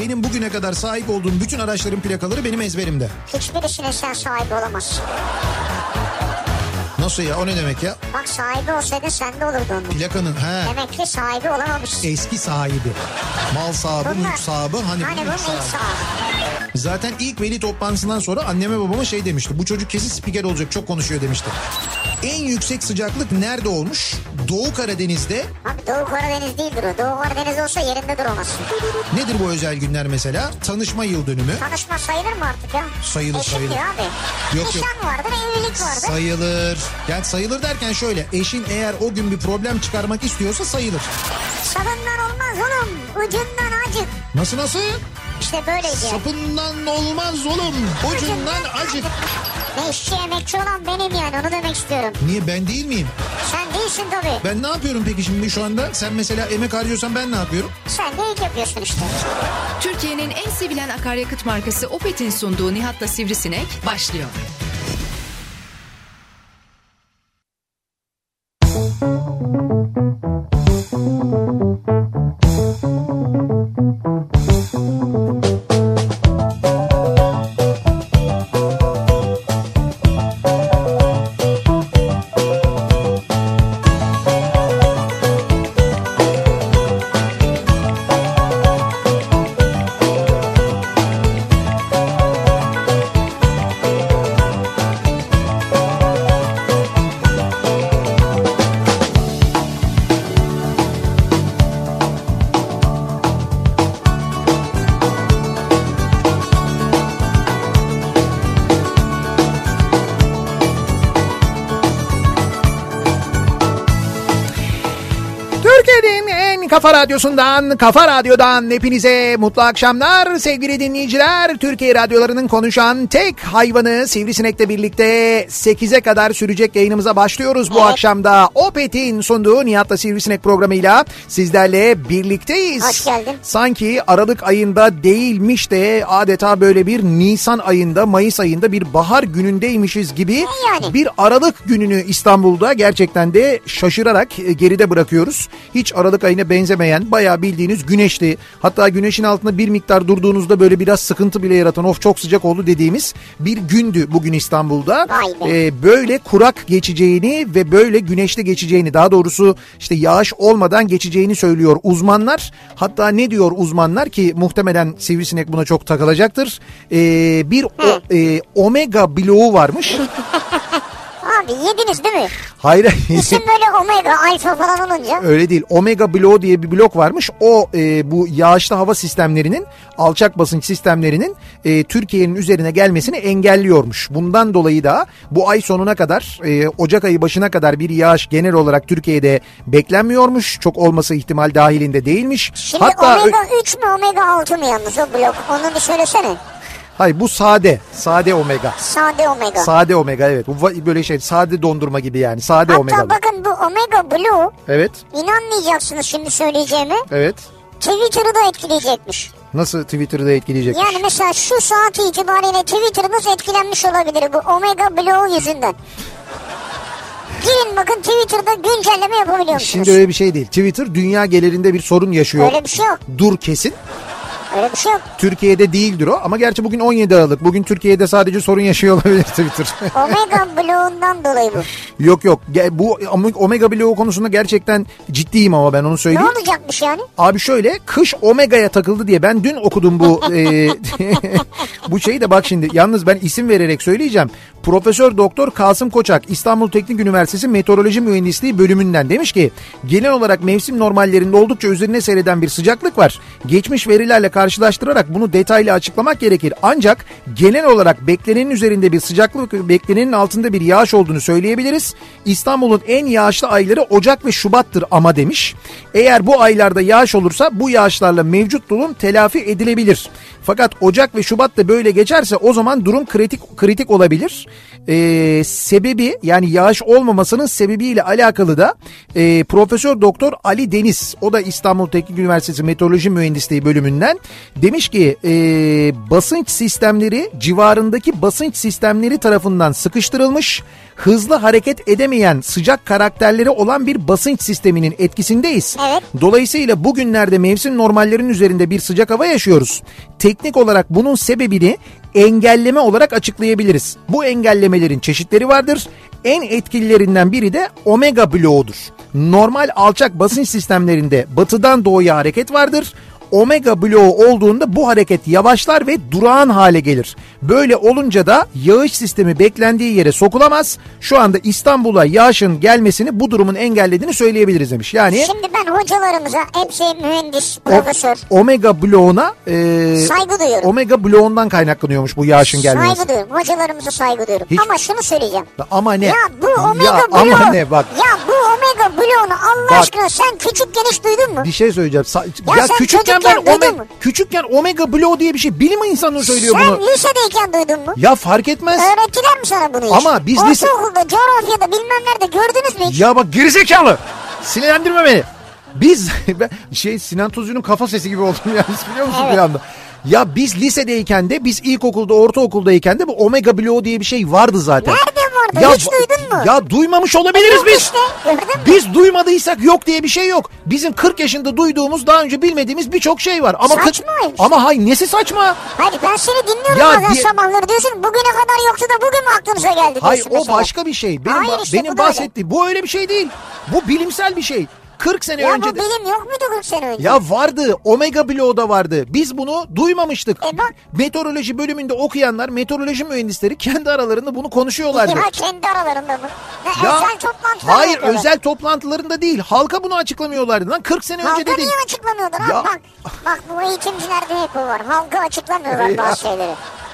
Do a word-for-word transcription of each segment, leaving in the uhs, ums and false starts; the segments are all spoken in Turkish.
Senin bugüne kadar sahip olduğun bütün araçların plakaları benim ezberimde. Hiçbirisine sen sahibi olamazsın. Nasıl ya, o ne demek ya? Bak sahibi olsaydı sende olurdu onun. Plakanın he. Demek ki sahibi olamamışsın. Eski sahibi. Mal sahibi, Bunlar, mülk sahibi. Hani, hani bu mülk sahibi. Zaten ilk veli toplantısından sonra anneme babama şey demişti. Bu çocuk kesin spiker olacak, çok konuşuyor demişti. En yüksek sıcaklık nerede olmuş? Doğu Karadeniz'de. Abi Doğu Karadeniz değildir o. Doğu Karadeniz olsa yerinde duramazsın. Nedir bu özel günler mesela? Tanışma yıl dönümü. Tanışma sayılır mı artık ya? Sayılır Eşim sayılır. diyor abi. Yok, Nişan yok. vardır, evlilik vardır. Sayılır. Yani sayılır derken şöyle. Eşin eğer o gün bir problem çıkarmak istiyorsa sayılır. Sapından olmaz oğlum. Ucundan acık. Nasıl nasıl? İşte böyleydi. Sapından olmaz oğlum. Ucundan acık. Ne işçi emekçi olan benim yani, onu demek istiyorum. Niye, ben değil miyim? Sen değilsin tabii. Ben ne yapıyorum peki şimdi şu anda? Sen mesela emek harcıyorsan ben ne yapıyorum? Sen de ilk yapıyorsun işte. Türkiye'nin en sevilen akaryakıt markası Opet'in sunduğu Nihat'la Sivrisinek başlıyor. Kafa Radyosu'ndan, Kafa Radyo'dan hepinize mutlu akşamlar sevgili dinleyiciler. Türkiye radyolarının konuşan tek hayvanı Sivrisinek'le birlikte sekize kadar sürecek yayınımıza başlıyoruz bu evet. akşamda. Opet'in sunduğu Nihat'la Sivrisinek programıyla sizlerle birlikteyiz. Hoş geldin. Sanki Aralık ayında değilmiş de adeta böyle bir Nisan ayında, Mayıs ayında bir bahar günündeymişiz gibi yani? Bir Aralık gününü İstanbul'da gerçekten de şaşırarak geride bırakıyoruz. Hiç Aralık ayına benzemeyen, bayağı bildiğiniz güneşli, hatta güneşin altında bir miktar durduğunuzda böyle biraz sıkıntı bile yaratan, of çok sıcak oldu dediğimiz bir gündü bugün İstanbul'da. Ee, böyle kurak geçeceğini ve böyle güneşli geçeceğini, daha doğrusu işte yağış olmadan geçeceğini söylüyor uzmanlar. Hatta ne diyor uzmanlar ki muhtemelen Sivrisinek buna çok takılacaktır. Ee, bir o, e, omega bloğu varmış. Abi yediniz değil mi? Hayır. İsim böyle omega, alfa falan olunca. Öyle değil. Omega bloğu diye bir blok varmış. O e, bu yağışlı hava sistemlerinin, alçak basınç sistemlerinin e, Türkiye'nin üzerine gelmesini engelliyormuş. Bundan dolayı da bu ay sonuna kadar, e, Ocak ayı başına kadar bir yağış genel olarak Türkiye'de beklenmiyormuş. Çok olması ihtimal dahilinde değilmiş. Şimdi hatta omega üç mü omega altı mı yalnız o blok? Onu bir söylesene. Hayır, bu sade. Sade omega. Sade omega. Sade omega, evet. Bu böyle şey, sade dondurma gibi yani. Sade Hatta omega. Hatta bakın bu omega blue. Evet. İnanmayacaksınız şimdi söyleyeceğime. Evet. Twitter'ı da etkileyecekmiş. Nasıl Twitter'ı da etkileyecekmiş? Yani mesela şu saat itibariyle Twitter'ınız etkilenmiş olabilir bu omega blue yüzünden. Girin bakın, Twitter'da güncelleme yapabiliyor musunuz? Şimdi öyle bir şey değil. Twitter dünya genelinde bir sorun yaşıyor. Öyle bir şey yok. Dur kesin. Öyle bir şey yok. Türkiye'de değildir o, ama gerçi bugün on yedi Aralık. Bugün Türkiye'de sadece sorun yaşıyor olabilir Twitter. Omega bloğundan dolayı bu. Yok yok, bu omega bloğu konusunda gerçekten ciddiyim ama ben onu söyleyeyim. Ne olacakmış yani? Abi şöyle, kış omega'ya takıldı diye ben dün okudum bu e, bu şeyi de, bak şimdi yalnız ben isim vererek söyleyeceğim. Profesör Doktor Kasım Koçak, İstanbul Teknik Üniversitesi Meteoroloji Mühendisliği bölümünden demiş ki genel olarak mevsim normallerinde oldukça üzerine seyreden bir sıcaklık var. Geçmiş verilerle karşılaştırarak bunu detaylı açıklamak gerekir. Ancak genel olarak beklenenin üzerinde bir sıcaklık, beklenenin altında bir yağış olduğunu söyleyebiliriz. İstanbul'un en yağışlı ayları Ocak ve Şubat'tır ama demiş. Eğer bu aylarda yağış olursa bu yağışlarla mevcut durum telafi edilebilir. Fakat Ocak ve Şubat'ta böyle geçerse o zaman durum kritik kritik olabilir. Ee, sebebi, yani yağış olmamasının sebebiyle alakalı da e, Profesör Doktor Ali Deniz, o da İstanbul Teknik Üniversitesi Meteoroloji Mühendisliği bölümünden, Demiş ki e, basınç sistemleri civarındaki basınç sistemleri tarafından sıkıştırılmış, hızlı hareket edemeyen sıcak karakterleri olan bir basınç sisteminin etkisindeyiz. Evet. Dolayısıyla bugünlerde mevsim normallerinin üzerinde bir sıcak hava yaşıyoruz. Teknik olarak bunun sebebini engelleme olarak açıklayabiliriz. Bu engellemelerin çeşitleri vardır. En etkililerinden biri de omega bloğudur. Normal alçak basınç sistemlerinde batıdan doğuya hareket vardır. Omega bloğu olduğunda bu hareket yavaşlar ve durağan hale gelir. Böyle olunca da yağış sistemi beklendiği yere sokulamaz. Şu anda İstanbul'a yağışın gelmesini bu durumun engellediğini söyleyebiliriz demiş. Yani şimdi ben hocalarımıza, hepsi mühendis, profesör. O, omega bloğuna e, saygı duyuyorum. Omega bloğundan kaynaklanıyormuş bu yağışın gelmesi. Saygı duyuyorum. Hocalarımıza saygı duyuyorum. Hiç... Ama şunu söyleyeceğim. Ama ne? Ya bu omega ya, bloğu. Ama ne bak. Ya bu omega bloğunu Allah bak, aşkına sen küçükken hiç duydun mu? Bir şey söyleyeceğim. Sa- ya, ya sen küçükken ben duydun ome- mu? küçükken omega bloğu diye bir şey bilim insanı söylüyor sen bunu. Sen lisedeyken duydun mu? Ya fark etmez. Öğrettiler mi sana bunu hiç? Ama biz lise... Ortaokulda, coğrafyada bilmem nerede gördünüz mü hiç? Ya bak gerizekalı. Sinirlendirme beni. Biz şey Sinan Tuzcu'nun kafa sesi gibi oldum yani biliyor musun evet. bir anda? Ya biz lisedeyken de biz ilkokulda ortaokuldayken de bu omega bloğu diye bir şey vardı zaten. Nerede vardı? Ya, hiç duydun mu? Ya duymamış olabiliriz yok biz. Işte, biz duymadıysak yok diye bir şey yok. Bizim kırk yaşında duyduğumuz daha önce bilmediğimiz birçok şey var. Ama saçma kırk... Ama hayır nesi saçma? Hayır ben seni dinliyorum ya, bazen diye... sabahları diyorsun bugüne kadar yoktu da bugün mü aklınıza geldi diyorsun hayır mesela. o başka bir şey. Benim, hayır, işte, benim bahsettiğim bu öyle bir şey değil. Bu bilimsel bir şey. kırk sene ya önce... Ya bu bilim yok muydu kırk sene önce? Ya vardı. Omega bloğu da vardı. Biz bunu duymamıştık. E bak. Meteoroloji bölümünde okuyanlar, meteoroloji mühendisleri kendi aralarında bunu konuşuyorlardı. Ya kendi aralarında mı? Ya, ya, özel toplantılar hayır yapıyorlar. Özel toplantılarında değil. Halka bunu açıklamıyorlardı lan kırk sene halka önce dedi. Halka niye açıklamıyorlar abi? Bak, bak bu eğitimcilerde hep o var. Halka açıklamıyorlar bazı şeyleri.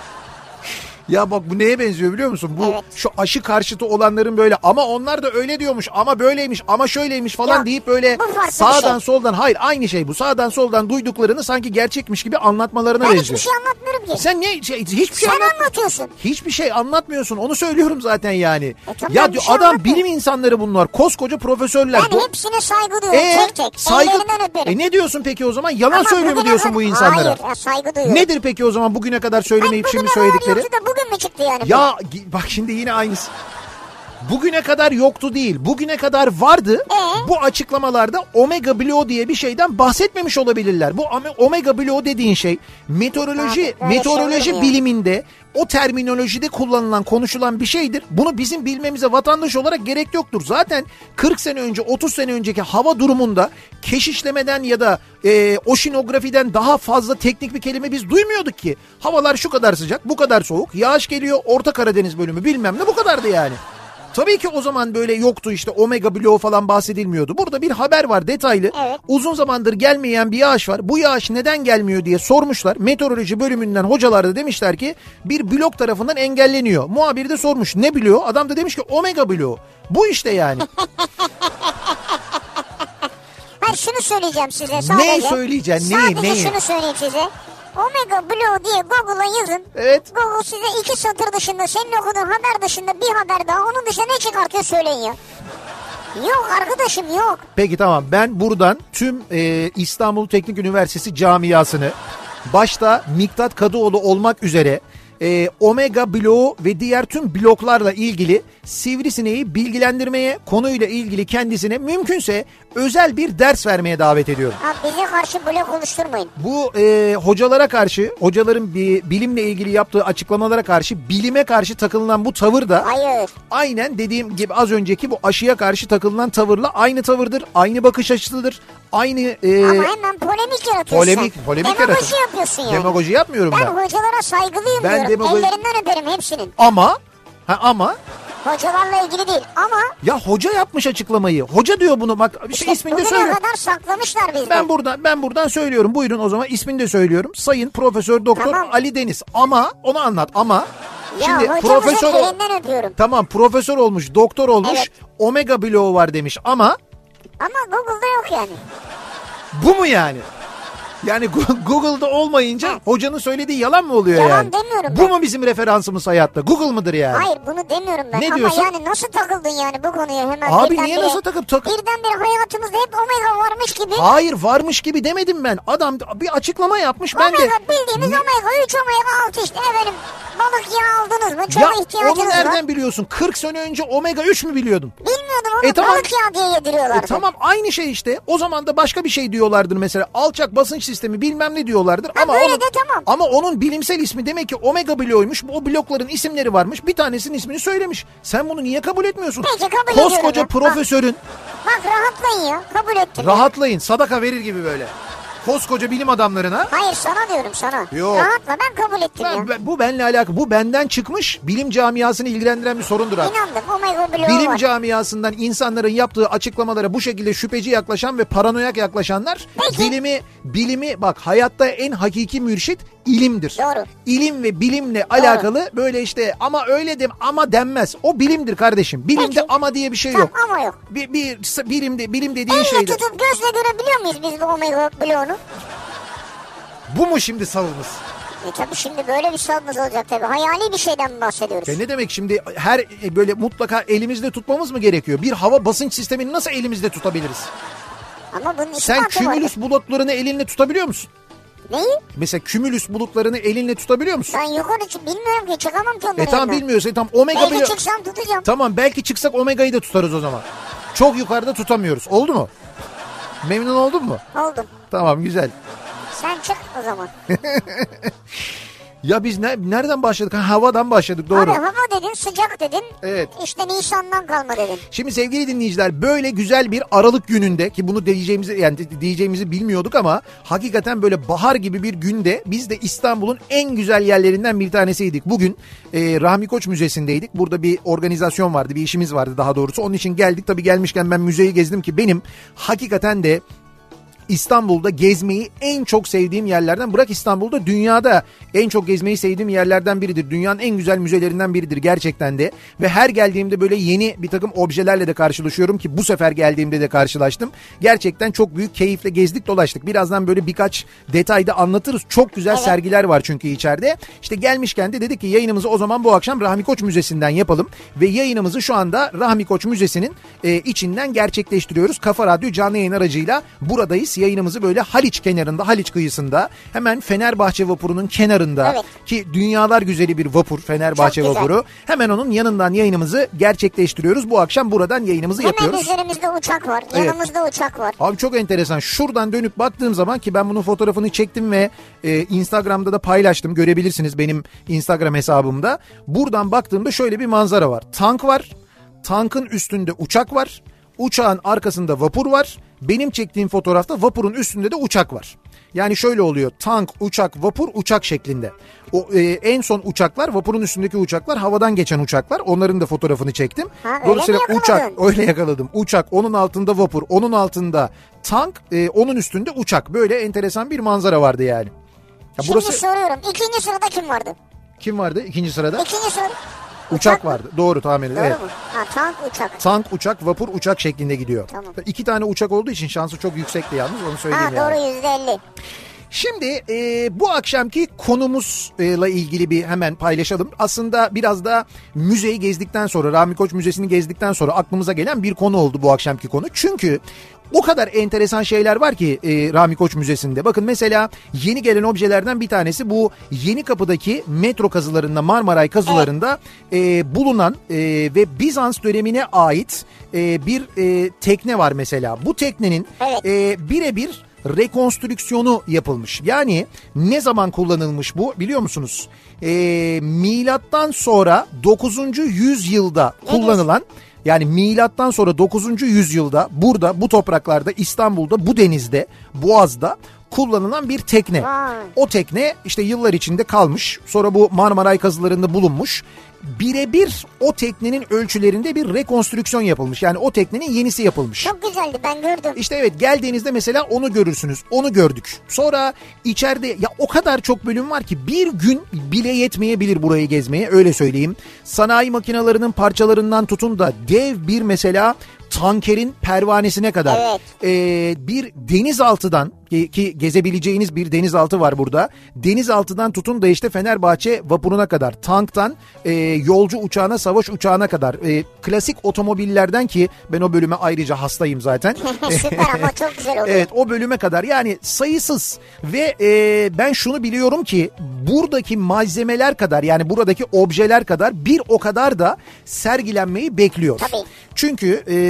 Ya bak bu neye benziyor biliyor musun? Bu evet. Şu aşı karşıtı olanların böyle ama onlar da öyle diyormuş ama böyleymiş ama şöyleymiş falan ya, deyip böyle sağdan şey. soldan hayır aynı şey bu. Sağdan soldan duyduklarını sanki gerçekmiş gibi anlatmalarına ben benziyor. Ben hiçbir şey anlatmıyorum ki. Sen ne şey, hiçbir şey Sen anlat... anlatıyorsun. Hiçbir şey anlatmıyorsun. Onu söylüyorum zaten yani. E, tamam, ya şey adam bilim insanları bunlar. Koskoca profesörler. Ben hepsine saygı duyuyorum ee, tek tek. Saygı... Ellerinden öperim. E ne diyorsun peki o zaman? Yalan ama söylüyor mu diyorsun kadar... bu insanlara? Hayır ya, saygı duyuyorum. Nedir peki o zaman bugüne kadar söylemeyip Hayır, şimdi söyledikleri? Yoktu da bugün mü çıktı yani? Ya bak şimdi yine aynısı. Bugüne kadar yoktu değil. Bugüne kadar vardı. Ee? Bu açıklamalarda omega bloğu diye bir şeyden bahsetmemiş olabilirler. Bu omega bloğu dediğin şey meteoroloji Abi, meteoroloji şey biliminde o terminolojide kullanılan, konuşulan bir şeydir. Bunu bizim bilmemize vatandaş olarak gerek yoktur. Zaten kırk sene önce, otuz sene önceki hava durumunda keşişlemeden ya da e, oşinografiden daha fazla teknik bir kelime biz duymuyorduk ki. Havalar şu kadar sıcak, bu kadar soğuk, yağış geliyor, Orta Karadeniz bölümü bilmem ne bu kadardı yani. Tabii ki o zaman böyle yoktu işte omega bloğu falan bahsedilmiyordu. Burada bir haber var detaylı. Evet. Uzun zamandır gelmeyen bir yağış var. Bu yağış neden gelmiyor diye sormuşlar. Meteoroloji bölümünden hocalar da demişler ki bir blok tarafından engelleniyor. Muhabir de sormuş ne bloğu? Adam da demiş ki omega bloğu. Bu işte yani. Ben şunu söyleyeceğim size sadece. Neyi söyleyeceksin? Neyi? Sadece neyi? şunu söyleyeyim size. Omega bloğu diye Google'a yazın. Evet. Google size iki satır dışında, senin okuduğun haber dışında bir haber daha, onun dışında ne çıkartıyor söyleyin ya. Yok arkadaşım yok. Peki tamam, ben buradan tüm e, İstanbul Teknik Üniversitesi camiasını başta Miktat Kadıoğlu olmak üzere e, omega bloğu ve diğer tüm bloklarla ilgili Sivrisineği bilgilendirmeye, konuyla ilgili kendisine mümkünse özel bir ders vermeye davet ediyorum. Abi bize karşı blok oluşturmayın. Bu e, hocalara karşı, hocaların bir bilimle ilgili yaptığı açıklamalara karşı, bilime karşı takılınan bu tavır da hayır. Aynen dediğim gibi az önceki bu aşıya karşı takılınan tavırla aynı tavırdır, aynı bakış açısıdır, aynı... E, Ama hemen polemik yaratıyorsun. Polemik, polemik Demagoji yaratın. yapıyorsun yani. Demagoji yapmıyorum ben. Ben hocalara saygılıyım ben diyorum. Demagoji... Ellerinden öperim hepsinin. Ama, ha ama... Hocalarla ilgili değil ama... Ya hoca yapmış açıklamayı. Hoca diyor bunu bak işte ismini de söylüyor. Bugüne kadar saklamışlar bizden. Ben buradan, ben buradan söylüyorum. Buyurun o zaman ismini de söylüyorum. Sayın Profesör Doktor tamam. Ali Deniz. Ama onu anlat ama... Ya şimdi profesör elinden öpüyorum. Tamam profesör olmuş, doktor olmuş. Evet. Omega bloğu var demiş ama... Ama Google'da yok yani. Bu mu yani? Yani Google'da olmayınca hocanın söylediği yalan mı oluyor yalan yani? Yalan demiyorum Bu ben. mu bizim referansımız hayatta? Google mıdır yani? Hayır bunu demiyorum ben. Ne ama diyorsun? yani nasıl takıldın yani bu konuya hemen? Abi birden niye bire, nasıl takıp takıp? Birdenbire hayatımızda hep omega varmış gibi. Hayır varmış gibi demedim ben. Adam bir açıklama yapmış. Omega Ben de... bildiğimiz ne? omega üç omega altı işte efendim. Balık yağı aldınız mı? Çok ya, ihtiyacınız var. Onu nereden var. biliyorsun? kırk sene önce omega üç mü biliyordun? Bilmiyordum onu e, tamam. balık yağı diye yediriyorlardı. E, tamam aynı şey işte. O zaman da başka bir şey diyorlardır mesela. Alçak basınç sistemi bilmem ne diyorlardır. Ha, ama böyle onun, de tamam. Ama onun bilimsel ismi demek ki omega bloğuymuş. O blokların isimleri varmış. Bir tanesinin ismini söylemiş. Sen bunu niye kabul etmiyorsun? Peki kabul ediyorum. Koskoca profesörün. Bak, bak rahatlayın ya. Kabul ettim. Rahatlayın. Ya. Sadaka verir gibi böyle. Koskoca bilim adamlarına. Hayır sana diyorum sana. Yok. Rahatla ben kabul ettim ben, ya. Ben, bu benimle alakalı. Bu benden çıkmış bilim camiasını ilgilendiren bir sorundur artık. İnandım omega bloğu Bilim var. camiasından insanların yaptığı açıklamalara bu şekilde şüpheci yaklaşan ve paranoyak yaklaşanlar Peki. bilimi bilimi bak hayatta en hakiki mürşit ilimdir. Doğru. İlim ve bilimle alakalı böyle işte ama öyle de ama denmez. O bilimdir kardeşim. Bilimde Peki. ama diye bir şey Tamam, yok. ama yok. Bir, bir bilimde bilim dediğin Elle şeyde. tutup gözle görebiliyor muyuz biz bu omega bloğunu? Bu mu şimdi savımız? E tabii şimdi böyle bir savımız olacak tabii. Hayali bir şeyden mi bahsediyoruz? E ne demek şimdi her e, böyle mutlaka elimizde tutmamız mı gerekiyor? Bir hava basınç sistemini nasıl elimizde tutabiliriz? Ama bunun ispatı Sen var. kümülüs bulutlarını elinle tutabiliyor musun? Neyi? Mesela kümülüs bulutlarını elinle tutabiliyor musun? Ben yukarı çık bilmiyorum ki çıkamam ki onları. E tamam bilmiyorsun. E, tamam omega Belki bile... çıksam tutacağım. Tamam belki çıksak omegayı da tutarız o zaman. Çok yukarıda tutamıyoruz. Oldu mu? Memnun oldun mu? Oldum. Tamam güzel. Sen çık o zaman. Ya biz ne, nereden başladık? Ha, havadan başladık doğru. Abi hava dedin, sıcak dedin. Evet. İşte Nisan'dan kalma dedin. Şimdi sevgili dinleyiciler böyle güzel bir Aralık gününde ki bunu diyeceğimizi yani diyeceğimizi bilmiyorduk ama hakikaten böyle bahar gibi bir günde biz de İstanbul'un en güzel yerlerinden bir tanesiydik. Bugün e, Rahmi Koç Müzesi'ndeydik. Burada bir organizasyon vardı, bir işimiz vardı daha doğrusu. Onun için geldik. Tabii gelmişken ben müzeyi gezdim ki benim hakikaten de İstanbul'da gezmeyi en çok sevdiğim yerlerden, bırak İstanbul'da, dünyada en çok gezmeyi sevdiğim yerlerden biridir. Dünyanın en güzel müzelerinden biridir gerçekten de. Ve her geldiğimde böyle yeni bir takım objelerle de karşılaşıyorum ki bu sefer geldiğimde de karşılaştım. Gerçekten çok büyük keyifle gezdik dolaştık. Birazdan böyle birkaç detayda anlatırız. Çok güzel evet. sergiler var çünkü içeride. İşte gelmişken de dedik ki yayınımızı o zaman bu akşam Rahmi Koç Müzesi'nden yapalım. Ve yayınımızı şu anda Rahmi Koç Müzesi'nin e, içinden gerçekleştiriyoruz. Kafa Radyo canlı yayın aracıyla buradayız. Yayınımızı böyle Haliç kenarında, Haliç kıyısında, hemen Fenerbahçe vapurunun kenarında evet. ki dünyalar güzeli bir vapur Fenerbahçe vapuru. Hemen onun yanından yayınımızı gerçekleştiriyoruz. Bu akşam buradan yayınımızı hemen yapıyoruz. Hemen üzerimizde uçak var, evet. yanımızda uçak var. Abi çok enteresan. Şuradan dönüp baktığım zaman ki ben bunun fotoğrafını çektim ve e, Instagram'da da paylaştım. Görebilirsiniz benim Instagram hesabımda. Buradan baktığımda şöyle bir manzara var. Tank var. Tankın üstünde uçak var. Uçağın arkasında vapur var. Benim çektiğim fotoğrafta vapurun üstünde de uçak var. Yani şöyle oluyor. Tank, uçak, vapur, uçak şeklinde. O e, en son uçaklar, vapurun üstündeki uçaklar, havadan geçen uçaklar. Onların da fotoğrafını çektim. Ha, Dolayısıyla uçak, öyle yakaladım. Uçak, onun altında vapur, onun altında tank, e, onun üstünde uçak. Böyle enteresan bir manzara vardı yani. Ya Şimdi burası... soruyorum. İkinci sırada kim vardı? Kim vardı ikinci sırada? İkinci sırada. Uçak, uçak vardı. Doğru tahmin ediyorum. Doğru evet. mu? Ha, tank, uçak. Tank, uçak, vapur, uçak şeklinde gidiyor. Tamam. İki tane uçak olduğu için şansı çok yüksekti yalnız, onu söyleyeyim ha, yani. Doğru yüzde elli. Şimdi e, bu akşamki konumuzla ilgili bir hemen paylaşalım. Aslında biraz da müzeyi gezdikten sonra, Rahmi Koç Müzesi'ni gezdikten sonra aklımıza gelen bir konu oldu bu akşamki konu. Çünkü o kadar enteresan şeyler var ki e, Rahmi Koç Müzesi'nde. Bakın mesela yeni gelen objelerden bir tanesi bu Yenikapı'daki metro kazılarında, Marmaray kazılarında e, bulunan e, ve Bizans dönemine ait e, bir e, tekne var mesela. Bu teknenin evet. e, birebir rekonstrüksiyonu yapılmış. Yani ne zaman kullanılmış bu biliyor musunuz? E, milattan sonra dokuzuncu yüzyılda kullanılan, yani milattan sonra dokuzuncu yüzyılda burada, bu topraklarda, İstanbul'da, bu denizde, Boğaz'da kullanılan bir tekne. Vay. O tekne işte yıllar içinde kalmış. Sonra bu Marmaray kazılarında bulunmuş. Birebir o teknenin ölçülerinde bir rekonstrüksiyon yapılmış. Yani o teknenin yenisi yapılmış. Çok güzeldi, ben gördüm. İşte evet, geldiğinizde mesela onu görürsünüz. Onu gördük. Sonra içeride ya o kadar çok bölüm var ki bir gün bile yetmeyebilir burayı gezmeye, öyle söyleyeyim. Sanayi makinelerinin parçalarından tutun da dev bir mesela tankerin pervanesine kadar evet. e, bir denizaltıdan ki, ki gezebileceğiniz bir denizaltı var burada. Denizaltıdan tutun da işte Fenerbahçe vapuruna kadar, tanktan e, yolcu uçağına, savaş uçağına kadar, e, klasik otomobillerden ki ben o bölüme ayrıca hastayım zaten. Süper ama çok güzel oluyor. Evet, o bölüme kadar yani sayısız ve e, ben şunu biliyorum ki buradaki malzemeler kadar, yani buradaki objeler kadar bir o kadar da sergilenmeyi bekliyor. Tabii. Çünkü e,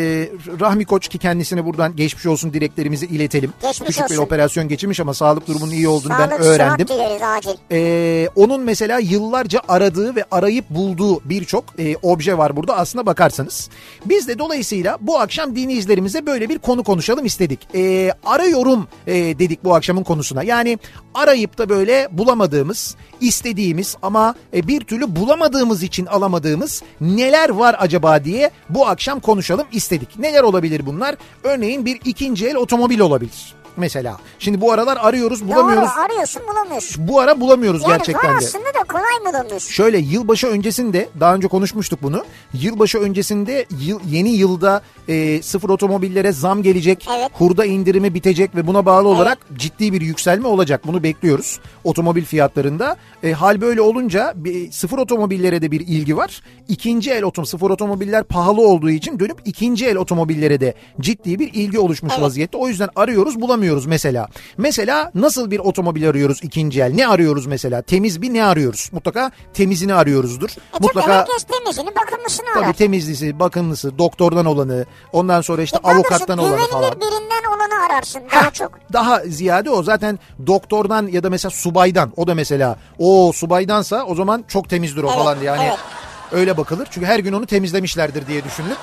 Rahmi Koç, ki kendisine buradan geçmiş olsun dileklerimizi iletelim. Geçmiş Küçük olsun. bir operasyon geçirmiş ama sağlık durumunun iyi olduğunu Sağlık, ben öğrendim. Sağlık dileriz acil. E, onun mesela yıllarca aradığı ve arayıp bulduğu birçok e, obje var burada aslına bakarsanız. Biz de dolayısıyla bu akşam dinleyicilerimize böyle bir konu konuşalım istedik. E, arıyorum e, dedik bu akşamın konusuna. Yani arayıp da böyle bulamadığımız, istediğimiz ama e, bir türlü bulamadığımız için alamadığımız neler var acaba diye bu akşam konuşalım istedik. Neler olabilir bunlar? Örneğin bir ikinci el otomobil olabilir. Mesela. Şimdi bu aralar arıyoruz, bulamıyoruz. Doğru, arıyorsun bulamıyorsun. Bu ara bulamıyoruz yani gerçekten var de. aslında da kolay bulamıyorsun. Şöyle yılbaşı öncesinde, daha önce konuşmuştuk bunu. Yılbaşı öncesinde yıl, yeni yılda e, sıfır otomobillere zam gelecek. Evet. Hurda indirimi bitecek ve buna bağlı olarak evet. ciddi bir yükselme olacak. Bunu bekliyoruz otomobil fiyatlarında. E, hal böyle olunca bir, sıfır otomobillere de bir ilgi var. İkinci el otomobil, sıfır otomobiller pahalı olduğu için dönüp ikinci el otomobillere de ciddi bir ilgi oluşmuş evet. vaziyette. O yüzden arıyoruz, bulamıyoruz mesela. Mesela nasıl bir otomobil arıyoruz ikinci el? Ne arıyoruz mesela? Temiz bir ne arıyoruz? Mutlaka temizini arıyoruzdur. E Mutlaka tabii herkes temizini, bakımlısını arar. Tabii temizlisi, bakımlısı, doktordan olanı, ondan sonra işte e avukattan olanı falan. Güvenilir birinden olanı ararsın daha çok. Daha ziyade o zaten doktordan ya da mesela subaydan, o da mesela o subaydansa o zaman çok temizdir o evet, falan yani evet. Öyle bakılır. Çünkü her gün onu temizlemişlerdir diye düşünülür.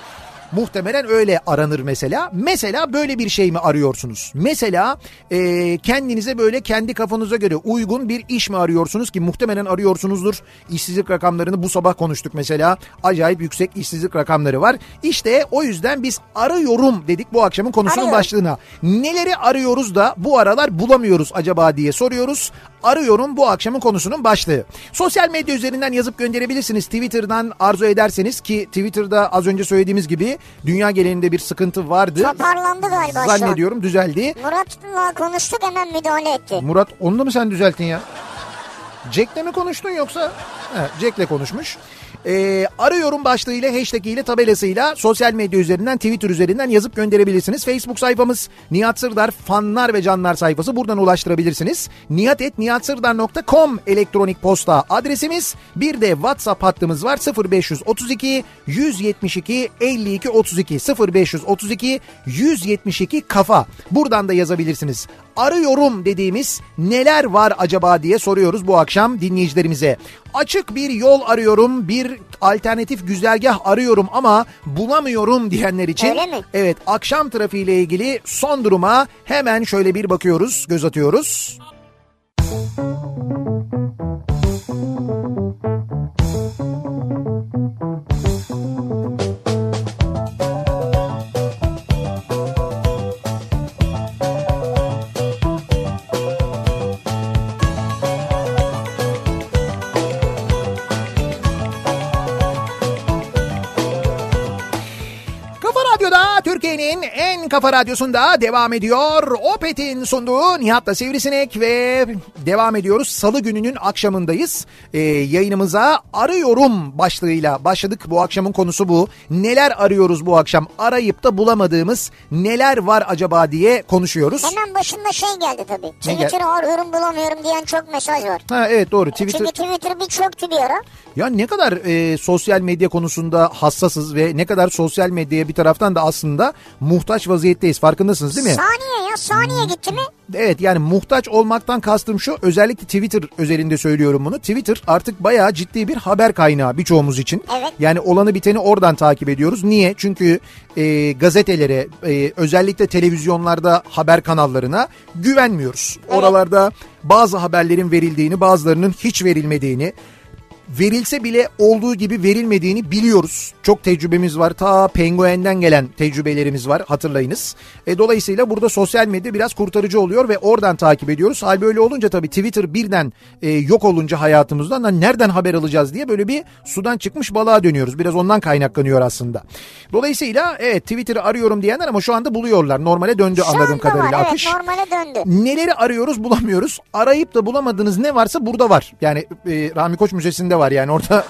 Muhtemelen öyle aranır mesela. Mesela böyle bir şey mi arıyorsunuz? Mesela e, kendinize böyle kendi kafanıza göre uygun bir iş mi arıyorsunuz ki muhtemelen arıyorsunuzdur. İşsizlik rakamlarını bu sabah konuştuk mesela. Acayip yüksek işsizlik rakamları var. İşte o yüzden biz arıyorum dedik bu akşamın konusunun Arıyorum. başlığına. Neleri arıyoruz da bu aralar bulamıyoruz acaba diye soruyoruz. Arıyorum bu akşamın konusunun başlığı. Sosyal medya üzerinden yazıp gönderebilirsiniz. Twitter'dan arzu ederseniz ki Twitter'da az önce söylediğimiz gibi dünya genelinde bir sıkıntı vardı. Toparlandı galiba şu an. Zannediyorum düzeldi. Murat'la konuştuk, hemen müdahale etti. Murat, onu da mı sen düzelttin ya? Jack'le mi konuştun yoksa? Evet, Jack'le konuşmuş. Ee, arıyorum başlığıyla, hashtag ile, tabelasıyla sosyal medya üzerinden, Twitter üzerinden yazıp gönderebilirsiniz. Facebook sayfamız Nihat Sırdar fanlar ve canlar sayfası, buradan ulaştırabilirsiniz. nihat et nihat sırdar nokta com elektronik posta adresimiz. Bir de WhatsApp hattımız var, sıfır beş otuz iki yüz yetmiş iki elli iki otuz iki sıfır beş otuz iki yüz yetmiş iki kafa. Buradan da yazabilirsiniz. Arıyorum dediğimiz neler var acaba diye soruyoruz bu akşam dinleyicilerimize. Açık bir yol arıyorum, bir alternatif güzergah arıyorum ama bulamıyorum diyenler için. Öyle mi? Evet, akşam trafiğiyle ilgili son duruma hemen şöyle bir bakıyoruz, göz atıyoruz. Türkiye'nin en kafa radyosunda devam ediyor. Opet'in sunduğu Nihat'la Sivrisinek ve devam ediyoruz. Salı gününün akşamındayız. Ee, yayınımıza arıyorum başlığıyla başladık. Bu akşamın konusu bu. Neler arıyoruz bu akşam? Arayıp da bulamadığımız neler var acaba diye konuşuyoruz. Hemen başında şey geldi tabii. Ne Twitter'ı gel- arıyorum bulamıyorum diyen çok mesaj var. Ha evet doğru. Twitter... Çünkü Twitter bir çöktü bir ara. Ya ne kadar e, sosyal medya konusunda hassasız ve ne kadar sosyal medyaya bir taraftan da aslında muhtaç vaziyetteyiz. Farkındasınız değil mi? Saniye ya saniye gitti mi? Evet, yani muhtaç olmaktan kastım şu, özellikle Twitter özelinde söylüyorum bunu. Twitter artık bayağı ciddi bir haber kaynağı birçoğumuz için. Evet. Yani olanı biteni oradan takip ediyoruz. Niye? Çünkü e, gazetelere, e, özellikle televizyonlarda haber kanallarına güvenmiyoruz. Evet. Oralarda bazı haberlerin verildiğini, bazılarının hiç verilmediğini, verilse bile olduğu gibi verilmediğini biliyoruz. Çok tecrübemiz var. Ta Penguen'den gelen tecrübelerimiz var, hatırlayınız. E, dolayısıyla burada sosyal medya biraz kurtarıcı oluyor ve oradan takip ediyoruz. Hal böyle olunca tabii Twitter birden e, yok olunca hayatımızdan da nereden haber alacağız diye böyle bir sudan çıkmış balığa dönüyoruz. Biraz ondan kaynaklanıyor aslında. Dolayısıyla evet, Twitter'ı arıyorum diyenler ama şu anda buluyorlar. Normale döndü şu anladığım kadarıyla var, akış. Evet, normale döndü. Neleri arıyoruz bulamıyoruz. Arayıp da bulamadığınız ne varsa burada var. Yani e, Rahmi Koç Müzesi'nde var yani orada.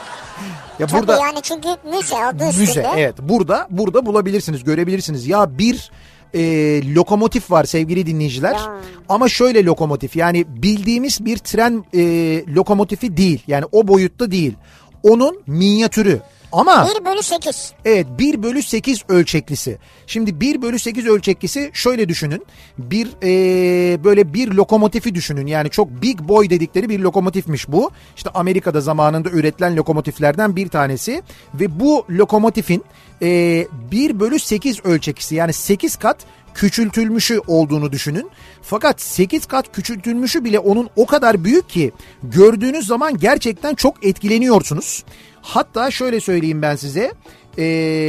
Ya Tabii burada yani çünkü müze adı üstünde. müze, evet, burada burada bulabilirsiniz, görebilirsiniz. Ya bir e, lokomotif var sevgili dinleyiciler. Ya. Ama şöyle lokomotif, yani bildiğimiz bir tren e, lokomotifi değil. Yani o boyutta değil. Onun minyatürü. Ama bir bölü sekiz. evet, bir bölü sekiz ölçeklisi. Şimdi bir bölü sekiz ölçeklisi şöyle düşünün. Bir ee, böyle bir lokomotifi düşünün. Yani çok big boy dedikleri bir lokomotifmiş bu. İşte Amerika'da zamanında üretilen lokomotiflerden bir tanesi. Ve bu lokomotifin ee, bir bölü sekiz ölçekisi, yani sekiz kat küçültülmüşü olduğunu düşünün. Fakat sekiz kat küçültülmüşü bile onun o kadar büyük ki gördüğünüz zaman gerçekten çok etkileniyorsunuz. Hatta şöyle söyleyeyim ben size, ee,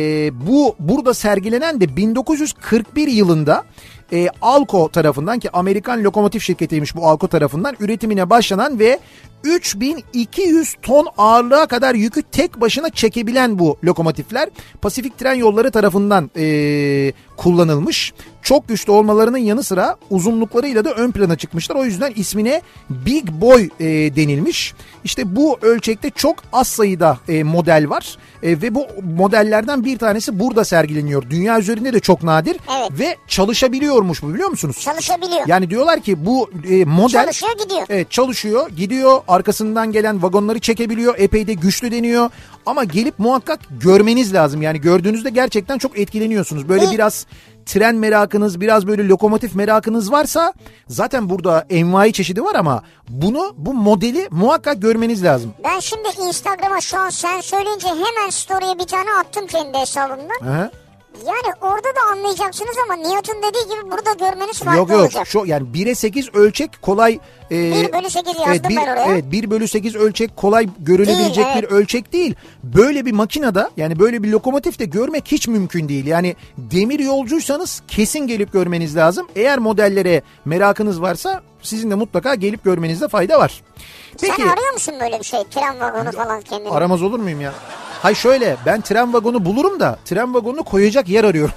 bu burada sergilenen de bin dokuz yüz kırk bir yılında e, Alco tarafından, ki Amerikan lokomotif şirketiymiş bu, Alco tarafından üretimine başlanan ve üç bin iki yüz ton ağırlığa kadar yükü tek başına çekebilen bu lokomotifler Pasifik Tren Yolları tarafından e, kullanılmış. Çok güçlü olmalarının yanı sıra uzunluklarıyla da ön plana çıkmışlar. O yüzden ismine Big Boy e, denilmiş. İşte bu ölçekte çok az sayıda e, model var e, ve bu modellerden bir tanesi burada sergileniyor. Dünya üzerinde de çok nadir, evet, ve çalışabiliyormuş bu, biliyor musunuz? Çalışabiliyor. Yani diyorlar ki bu e, model çalışıyor gidiyor. Evet, çalışıyor gidiyor, arkasından gelen vagonları çekebiliyor, epey de güçlü deniyor. Ama gelip muhakkak görmeniz lazım. Yani gördüğünüzde gerçekten çok etkileniyorsunuz. Böyle E, biraz tren merakınız, biraz böyle lokomotif merakınız varsa zaten burada envai çeşidi var ama bunu, bu modeli muhakkak görmeniz lazım. Ben şimdi Instagram'a şu an sen söyleyince hemen story'e bir tane attım kendi hesabımdan. Aha. Yani orada da anlayacaksınız ama Nihat'ın dediği gibi burada görmeniz farklı Yok yok olacak. şu, yani bire sekiz ölçek kolay. E, bir bölü sekiz yazdım evet, bir, ben oraya. Evet, bir bölü sekiz ölçek kolay görülebilecek Değil, evet. bir ölçek değil. Böyle bir makinede, yani böyle bir lokomotifte görmek hiç mümkün değil. Yani demir yolcuysanız kesin gelip görmeniz lazım. Eğer modellere merakınız varsa sizin de mutlaka gelip görmenizde fayda var. Peki, sen arıyor musun böyle bir şey? Tren vagonu falan kendine? Aramaz olur muyum ya? Hay şöyle, ben tren vagonu bulurum da tren vagonunu koyacak yer arıyorum.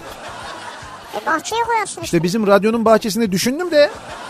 E bahçeye koyarsın işte. İşte bizim radyonun bahçesinde düşündüm de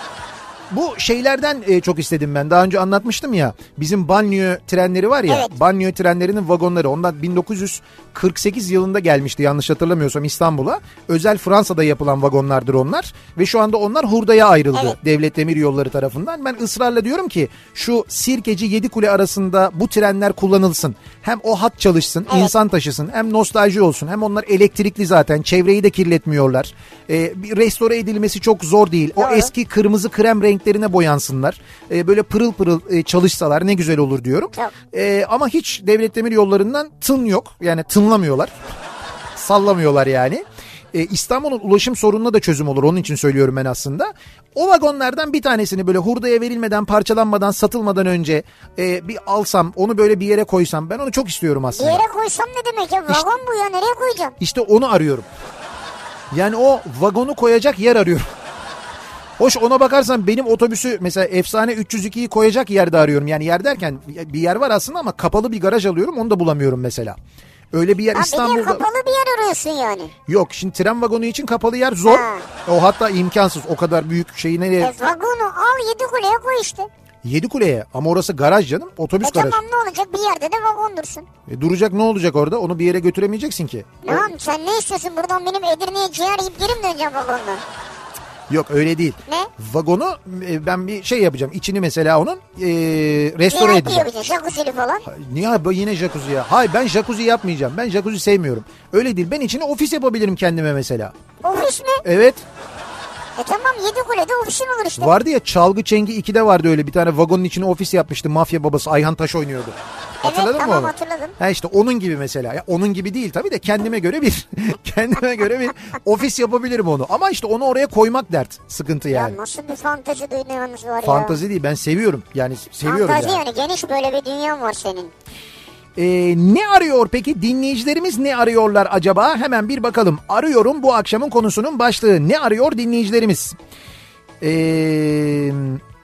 bu şeylerden e, çok istedim ben. Daha önce anlatmıştım ya, bizim banliyö trenleri var ya, evet, banliyö trenlerinin vagonları, ondan bin dokuz yüz kırk sekiz yılında gelmişti yanlış hatırlamıyorsam İstanbul'a. Özel Fransa'da yapılan vagonlardır onlar ve şu anda onlar hurdaya ayrıldı, evet, Devlet Demiryolları tarafından. Ben ısrarla diyorum ki şu Sirkeci Yedikule arasında bu trenler kullanılsın. Hem o hat çalışsın, evet, insan taşısın, hem nostalji olsun, hem onlar elektrikli zaten, çevreyi de kirletmiyorlar. Ee, bir restore edilmesi çok zor değil. O doğru, eski kırmızı krem renklerine boyansınlar. Ee, böyle pırıl pırıl e, çalışsalar ne güzel olur diyorum. Ee, ama hiç Devlet Demiryolları'ndan tın yok. Yani tınlamıyorlar. Sallamıyorlar yani. Ee, İstanbul'un ulaşım sorununa da çözüm olur. Onun için söylüyorum ben aslında. O vagonlardan bir tanesini böyle hurdaya verilmeden, parçalanmadan, satılmadan önce e, bir alsam, onu böyle bir yere koysam, ben onu çok istiyorum aslında. Bir yere koysam ne demek ya? Vagon İşte, bu ya, nereye koyacağım? İşte onu arıyorum. Yani o vagonu koyacak yer arıyorum. Hoş, ona bakarsan benim otobüsü mesela efsane üç yüz ikiyi koyacak yerde arıyorum. Yani yer derken bir yer var aslında ama kapalı bir garaj alıyorum, onu da bulamıyorum mesela. Öyle bir yer Ha, İstanbul'da. bir de kapalı bir yer arıyorsun yani. Yok, şimdi tren vagonu için kapalı yer zor. Ha. O hatta imkansız, o kadar büyük şeyi nereye? E, vagonu al Yedikuleye koy işte. Yedikule'ye, ama orası garaj canım, otobüs E garaj. tamam, ne olacak, bir yerde de vagon dursun. E, duracak, ne olacak orada? Onu bir yere götüremeyeceksin ki. Ne yapayım, sen ne istiyorsun, buradan benim Edirne'ye ciğer yiyip geri mi döneceğim vagonla? Yok, öyle değil. Ne? Vagonu e, ben bir şey yapacağım. İçini mesela onun e, restore Ciğer edeceğim. yapacaksın, jacuzzi'li falan. Niye abi, yine jacuzzi ya? Hayır, ben jacuzzi yapmayacağım. Ben jacuzzi sevmiyorum. Öyle değil. Ben içine ofis yapabilirim kendime mesela. Ofis mi? Evet. E tamam, Yedikule'de ofisin olur işte. Vardı ya, Çalgı Çengi ikide vardı öyle bir tane, vagonun içine ofis yapmıştı. Mafya babası Ayhan Taş oynuyordu. Hatırladın evet, mı tamam, onu? Hatırladım. Ha işte onun gibi mesela. Ya onun gibi değil tabii de kendime göre bir kendime göre bir ofis yapabilirim onu. Ama işte onu oraya koymak dert. Sıkıntı yani. Ya nasıl bir fantezi dünyanız var ya. Fantezi değil, ben seviyorum. Yani seviyorum Fantezi yani. yani geniş böyle bir dünyan var senin. Ee, ne arıyor peki dinleyicilerimiz, ne arıyorlar acaba? Hemen bir bakalım. Arıyorum bu akşamın konusunun başlığı. Ne arıyor dinleyicilerimiz? Eee...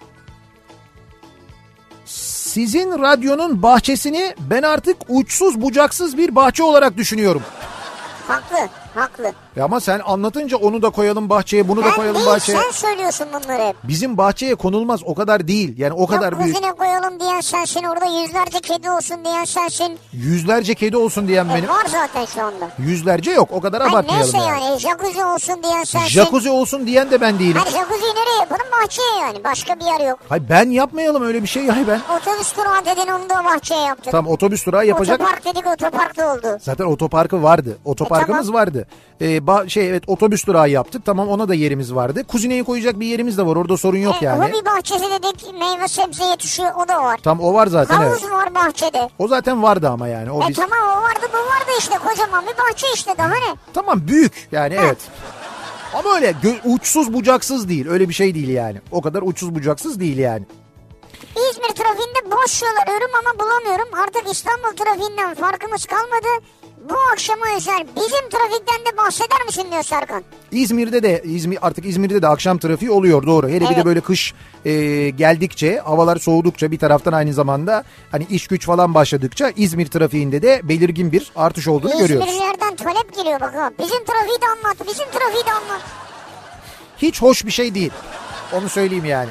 Sizin radyonun bahçesini ben artık uçsuz bucaksız bir bahçe olarak düşünüyorum. Haklı, haklı. Ya ama sen anlatınca onu da koyalım bahçeye, bunu da Ben koyalım değil, bahçeye. sen söylüyorsun bunları hep. Bizim bahçeye konulmaz, o kadar değil. Yani o Yok, kadar büyük. kuzine koyalım diyen sensin, orada yüzlerce kedi olsun diyen sensin. Yüzlerce kedi olsun diyen E, benim. var zaten şu anda. Yüzlerce yok, o kadar Hayır, abartmayalım neyse yani. yani jacuzzi olsun diyen sensin. Jacuzzi olsun diyen de ben değilim. Hayır, jacuzziyi nereye yapalım? Bahçeye yani. Başka bir yer yok. Hayır ben yapmayalım öyle bir şey ya ben. Otobüs durağı dedin, onu da bahçeye yaptık. Tam otobüs durağı yapacak. Otopark dedik, otoparkta oldu. Zaten otoparkı vardı. Otoparkımız E, tamam. vardı. Ee, ba- şey evet otobüs durağı yaptık. Tamam, ona da yerimiz vardı. Kuzineyi koyacak bir yerimiz de var. Orada sorun yok E, yani. Hobi bahçesi dedik, meyve sebze yetişiyor, o da var. Tam o var zaten. Havuz Evet. var bahçede. O zaten vardı ama yani. O E biz... tamam, o vardı bu vardı işte, kocaman bir bahçe işte, daha ne? Tamam büyük yani evet. Ama öyle gö- uçsuz bucaksız değil. Öyle bir şey değil yani. O kadar uçsuz bucaksız değil yani. İzmir trafiğinde boş yol arıyorum ama bulamıyorum. Artık İstanbul trafiğinden farkımız kalmadı. Bu akşama özel bizim trafikten de bahseder misin diyor Serkan. İzmir'de de İzmir artık İzmir'de de akşam trafiği oluyor, doğru. Hele bir de Evet. böyle kış e, geldikçe, havalar soğudukça, bir taraftan aynı zamanda hani iş güç falan başladıkça İzmir trafiğinde de belirgin bir artış olduğunu görüyoruz. İzmirlilerden talep geliyor bak ha. Bizim trafiği de anlat, bizim trafiği de anlat. Hiç hoş bir şey değil. Onu söyleyeyim yani.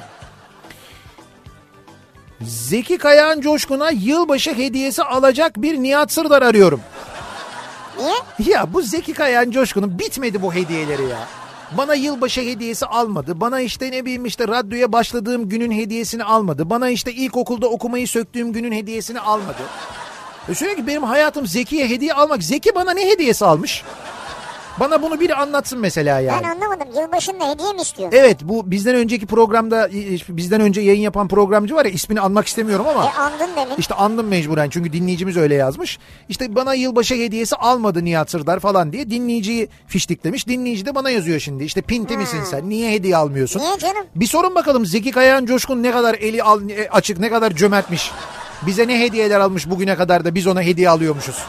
Zeki Kayağan Coşkun'a yılbaşı hediyesi alacak bir Nihat Sırdar arıyorum. Niye? Ya bu Zeki Kayağan Coşkun'un bitmedi bu hediyeleri ya. Bana yılbaşı hediyesi almadı. Bana işte ne bileyim işte radyoya başladığım günün hediyesini almadı. Bana işte ilkokulda okumayı söktüğüm günün hediyesini almadı. E sürekli benim hayatım Zeki'ye hediye almak. Zeki bana ne hediyesi almış? Bana bunu biri anlatsın mesela yani. Ben anlamadım. Yılbaşında hediye mi istiyor? Evet, bu bizden önceki programda, bizden önce yayın yapan programcı var ya, ismini anmak istemiyorum ama. E andın demin. İşte andım mecburen çünkü dinleyicimiz öyle yazmış. İşte bana yılbaşı hediyesi almadı Nihat Sırdar falan diye dinleyiciyi fiştiklemiş. Dinleyici de bana yazıyor şimdi. İşte pinti hmm. misin sen? Niye hediye almıyorsun? Niye canım? Bir sorun bakalım, Zeki Kayağan Coşkun ne kadar eli al, açık, ne kadar cömertmiş. Bize ne hediyeler almış bugüne kadar da biz ona hediye alıyormuşuz.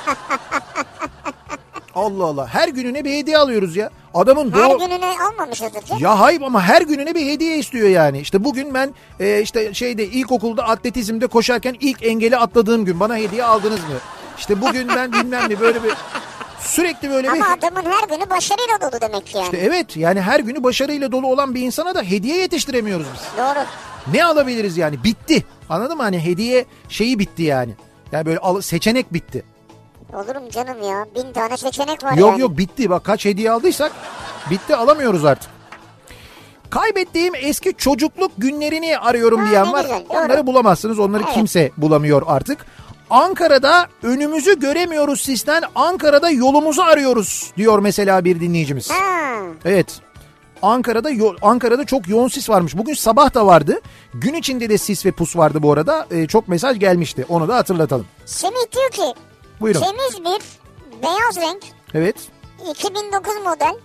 Allah Allah, her gününe bir hediye alıyoruz ya. Adamın her doğ... gününe almamışızdır canım. Ya hayır ama her gününe bir hediye istiyor yani. İşte bugün ben e, işte şeyde ilkokulda atletizmde koşarken ilk engeli atladığım gün bana hediye aldınız mı? İşte bugün ben bilmem ne böyle bir sürekli böyle ama bir... Ama adamın her günü başarıyla dolu demek ki yani. İşte evet, yani her günü başarıyla dolu olan bir insana da hediye yetiştiremiyoruz biz. Doğru. Ne alabiliriz yani? Bitti. Anladın mı? Hani hediye şeyi bitti yani. Yani böyle al- seçenek bitti. Olurum canım ya. Bin tane seçenek var yok, yani. Yok yok bitti. Bak kaç hediye aldıysak bitti, alamıyoruz artık. Kaybettiğim eski çocukluk günlerini arıyorum ha, diyen var. Güzel, onları bulamazsınız. Onları evet. Kimse bulamıyor artık. Ankara'da önümüzü göremiyoruz sisten. Ankara'da yolumuzu arıyoruz diyor mesela bir dinleyicimiz. Ha. Evet. Ankara'da Ankara'da çok yoğun sis varmış. Bugün sabah da vardı. Gün içinde de sis ve pus vardı bu arada. Ee, çok mesaj gelmişti. Onu da hatırlatalım. Semih diyor ki buyurun. Temiz bir beyaz renk. Evet. iki bin dokuz model.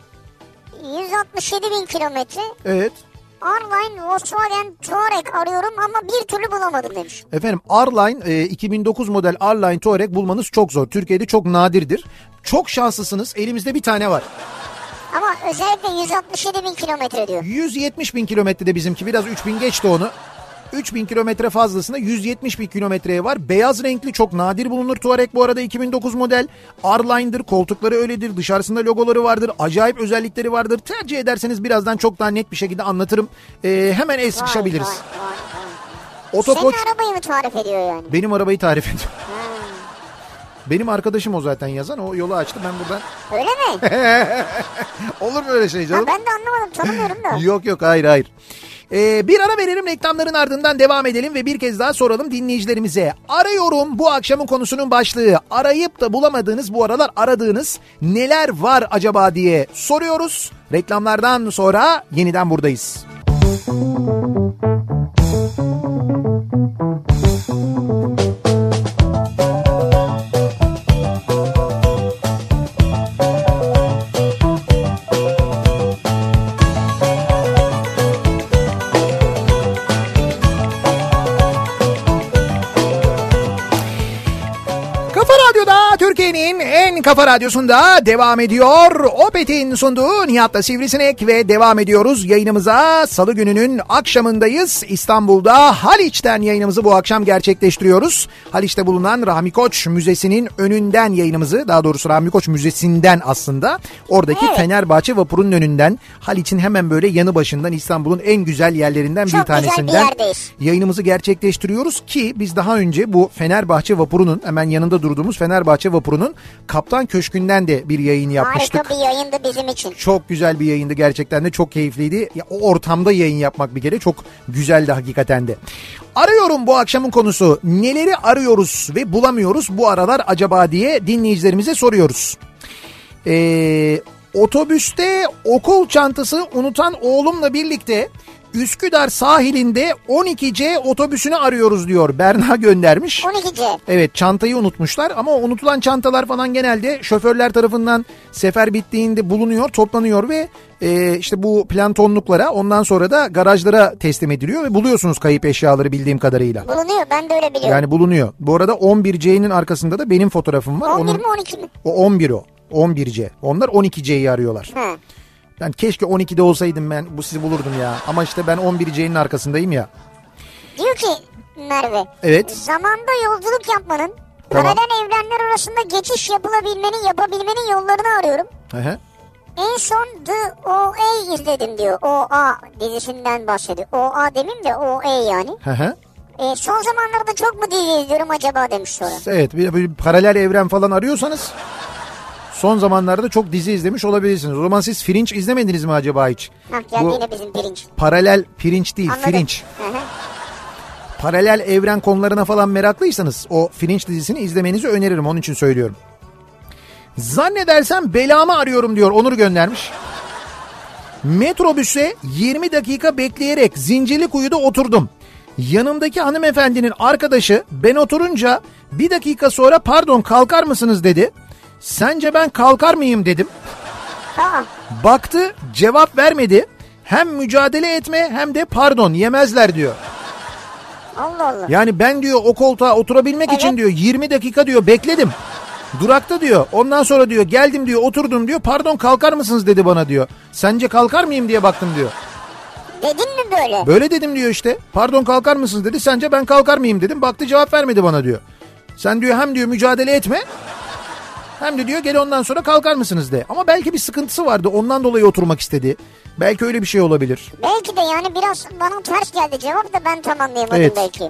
yüz altmış yedi bin kilometre. Evet. Arline Volkswagen Touareg arıyorum ama bir türlü bulamadım demiş. Efendim Arline e, iki bin dokuz model Arline Touareg bulmanız çok zor. Türkiye'de çok nadirdir. Çok şanslısınız. Elimizde bir tane var. Ama özellikle yüz altmış yedi bin kilometre diyor. yüz yetmiş bin kilometrede bizimki. Biraz üç bin geçti onu. üç bin kilometre fazlasında yüz yetmiş bin kilometreye var. Beyaz renkli, çok nadir bulunur Touareg bu arada, iki bin dokuz model. R-Line'dır, koltukları öyledir, dışarısında logoları vardır, acayip özellikleri vardır. Tercih ederseniz birazdan çok daha net bir şekilde anlatırım. Ee, hemen el sıkışabiliriz. Vay, vay, vay. Otokoç... Senin arabayı mı tarif ediyor yani? Benim arabayı tarif ediyor. Ha. Benim arkadaşım o zaten yazan, o yolu açtı, ben buradan... Öyle mi? Olur mu öyle şey canım? Ha, ben de anlamadım, tanımıyorum da. Yok yok, hayır hayır. Ee, bir ara verelim, reklamların ardından devam edelim ve bir kez daha soralım dinleyicilerimize. Arıyorum bu akşamın konusunun başlığı. Arayıp da bulamadığınız, bu aralar aradığınız neler var acaba diye soruyoruz. Reklamlardan sonra yeniden buradayız. Türkiye'nin en kafa radyosunda devam ediyor. Opet'in sunduğu Nihat'la Sivrisinek ve devam ediyoruz yayınımıza. Salı gününün akşamındayız. İstanbul'da Haliç'ten yayınımızı bu akşam gerçekleştiriyoruz. Haliç'te bulunan Rahmi Koç Müzesi'nin önünden yayınımızı, daha doğrusu Rahmi Koç Müzesi'nden aslında, oradaki evet. Fenerbahçe vapurunun önünden, Haliç'in hemen böyle yanı başından, İstanbul'un en güzel yerlerinden Çok bir tanesinden bir yayınımızı gerçekleştiriyoruz ki biz daha önce bu Fenerbahçe vapurunun hemen yanında durduğumuz Fenerbahçe vapurunun Kaptan Köşkü'nden de bir yayın yapmıştık. Harika bir yayındı bizim için. Çok güzel bir yayındı, gerçekten de çok keyifliydi. Ya, o ortamda yayın yapmak bir kere çok güzeldi hakikaten de. Arıyorum bu akşamın konusu. Neleri arıyoruz ve bulamıyoruz bu aralar acaba diye dinleyicilerimize soruyoruz. Eee... Otobüste okul çantası unutan oğlumla birlikte Üsküdar sahilinde on iki C otobüsünü arıyoruz diyor. Berna göndermiş. on iki C. Evet, çantayı unutmuşlar ama unutulan çantalar falan genelde şoförler tarafından sefer bittiğinde bulunuyor, toplanıyor ve e, işte bu plantonluklara, ondan sonra da garajlara teslim ediliyor ve buluyorsunuz kayıp eşyaları bildiğim kadarıyla. Bulunuyor, ben de öyle biliyorum. Yani bulunuyor. Bu arada on bir C'nin arkasında da benim fotoğrafım var. on bir Onun, mi on iki mi? O on bir o. on bir C. Onlar on iki C'yi arıyorlar. Hı. Ben keşke on ikide olsaydım, ben bu sizi bulurdum ya. Ama işte ben on bir C'nin arkasındayım ya. Diyor ki Merve. Evet. Zamanda yolculuk yapmanın, Tamam. paralel evrenler arasında geçiş yapılabilmenin, yapabilmenin yollarını arıyorum. Hı hı. En son The O A izledim diyor. O A dizisinden bahsediyor. O A demeyeyim de O A yani. Hı hı. E, son zamanlarda çok mu dizi izliyorum acaba demiş sonra. Evet, bir, bir paralel evren falan arıyorsanız son zamanlarda çok dizi izlemiş olabilirsiniz. O zaman siz Fringe izlemediniz mi acaba hiç? Hah, geldi Bu yine bizim pirinç. paralel Fringe değil, Anladım. Fringe. Hı hı. Paralel evren konularına falan meraklıysanız o Fringe dizisini izlemenizi öneririm, onun için söylüyorum. Zannedersem belamı arıyorum diyor, Onur göndermiş. Metrobüse yirmi dakika bekleyerek Zincirlikuyu'da oturdum. Yanımdaki hanımefendinin arkadaşı ben oturunca bir dakika sonra pardon kalkar mısınız dedi. Sence ben kalkar mıyım dedim. Aa. Baktı, cevap vermedi. Hem mücadele etme hem de pardon yemezler diyor. Allah Allah. Yani ben diyor o koltuğa oturabilmek Evet. için diyor yirmi dakika diyor bekledim. Durakta diyor. Ondan sonra diyor geldim diyor, oturdum diyor. Pardon kalkar mısınız dedi bana diyor. Sence kalkar mıyım diye baktım diyor. Dedin mi böyle? Böyle dedim diyor işte. Pardon kalkar mısınız dedi. Sence ben kalkar mıyım dedim. Baktı, cevap vermedi bana diyor. Sen diyor hem diyor mücadele etme, hem de diyor gel ondan sonra kalkar mısınız de. Ama belki bir sıkıntısı vardı, ondan dolayı oturmak istedi. Belki öyle bir şey olabilir. Belki de yani biraz bana ters geldi cevap da ben tam anlayamadım Evet. belki.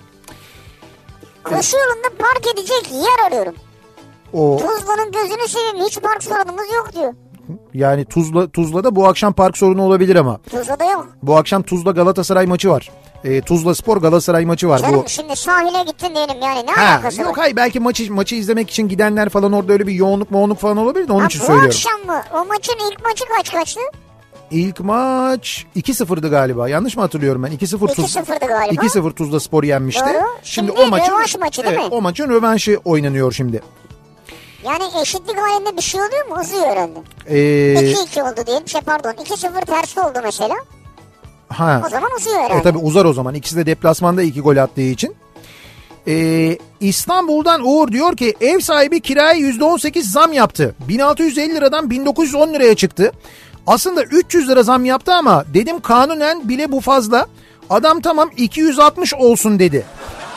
Koşu yolunda park edecek yer arıyorum. O Tuzla'nın gözünü seveyim, hiç park sorunumuz yok diyor. yani Tuzla Tuzla'da bu akşam park sorunu olabilir ama. Tuzla'da yok. Bu akşam Tuzla Galatasaray maçı var. E, Tuzla Spor Galatasaray maçı var. Canım bu... şimdi sahile gittin diyelim, yani ne Ha, alakası yok var? hayır, belki maçı maçı izlemek için gidenler falan, orada öyle bir yoğunluk moğunluk falan olabilir de onun Ha, için bu söylüyorum. akşam mı? O maçın ilk maçı kaç kaçtı? İlk maç iki sıfırdı galiba. Yanlış mı hatırlıyorum ben? iki sıfır iki Tuz... sıfırdı galiba. iki sıfır Tuzla Spor yenmişti. Doğru. Şimdi, Şimdi o maçın rövanş maçı değil evet, mi? o maçın rövanşı oynanıyor şimdi. Yani eşitlik halinde bir şey oluyor mu? Uzuyor herhalde. Ee, iki iki oldu diyelim. Şey pardon, iki sıfır tersi oldu mesela. ha. O zaman uzuyor herhalde. E tabi uzar o zaman. İkisi de deplasmanda iki gol attığı için. Ee, İstanbul'dan Uğur diyor ki ev sahibi kiraya yüzde on sekiz zam yaptı. bin altı yüz elli liradan bin dokuz yüz on liraya çıktı. Aslında üç yüz lira zam yaptı ama dedim kanunen bile bu fazla. Adam tamam iki yüz altmış olsun dedi.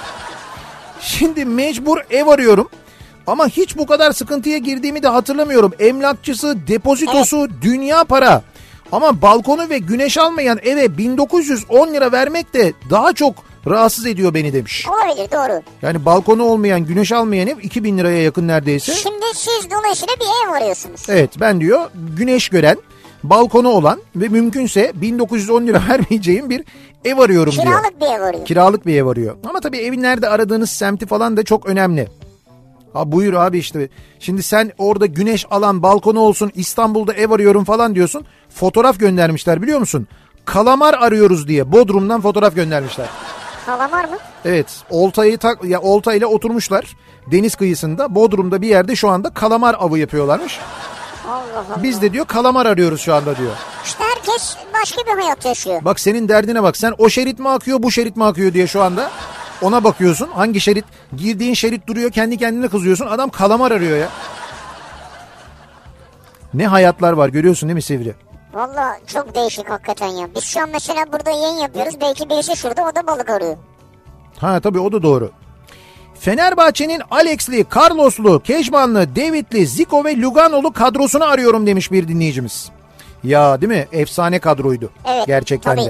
Şimdi mecbur ev arıyorum. Ama hiç bu kadar sıkıntıya girdiğimi de hatırlamıyorum. Emlakçısı, depozitosu, evet. Dünya para. Ama balkonu ve güneş almayan eve bin dokuz yüz on lira vermek de daha çok rahatsız ediyor beni demiş. Olabilir, doğru. Yani balkonu olmayan, güneş almayan ev iki bin liraya yakın neredeyse. Şimdi siz dolayısıyla bir ev arıyorsunuz. Evet, ben diyor güneş gören, balkonu olan ve mümkünse bin dokuz yüz on lira vermeyeceğim bir ev arıyorum diyor. Kiralık bir ev arıyor. Kiralık bir ev arıyor. Ama tabii evin nerede aradığınız semti falan da çok önemli. Ha buyur abi işte. Şimdi sen orada güneş alan, balkonu olsun, İstanbul'da ev arıyorum falan diyorsun. Fotoğraf göndermişler biliyor musun? Kalamar arıyoruz diye Bodrum'dan fotoğraf göndermişler. Kalamar mı? Evet, oltayı tak ya oltayla oturmuşlar deniz kıyısında. Bodrum'da bir yerde şu anda kalamar avı yapıyorlarmış. Allah Allah. Biz de diyor kalamar arıyoruz şu anda diyor. İşte herkes başka bir hayat yaşıyor. Bak senin derdine bak, sen o şerit mi akıyor bu şerit mi akıyor diye şu anda ona bakıyorsun. Hangi şerit, girdiğin şerit duruyor, kendi kendine kızıyorsun. Adam kalamar arıyor ya. Ne hayatlar var görüyorsun değil mi Sivri? Valla çok değişik hakikaten ya. Biz şu an mesela burada yayın yapıyoruz. Belki birisi şurada, o da balık arıyor. Ha tabii, o da doğru. Fenerbahçe'nin Alex'li, Carlos'lu, Kejmanlı, David'li, Zico ve Lugano'lu kadrosunu arıyorum demiş bir dinleyicimiz. Ya değil mi? Efsane kadroydu. Evet, gerçekten tabii. de.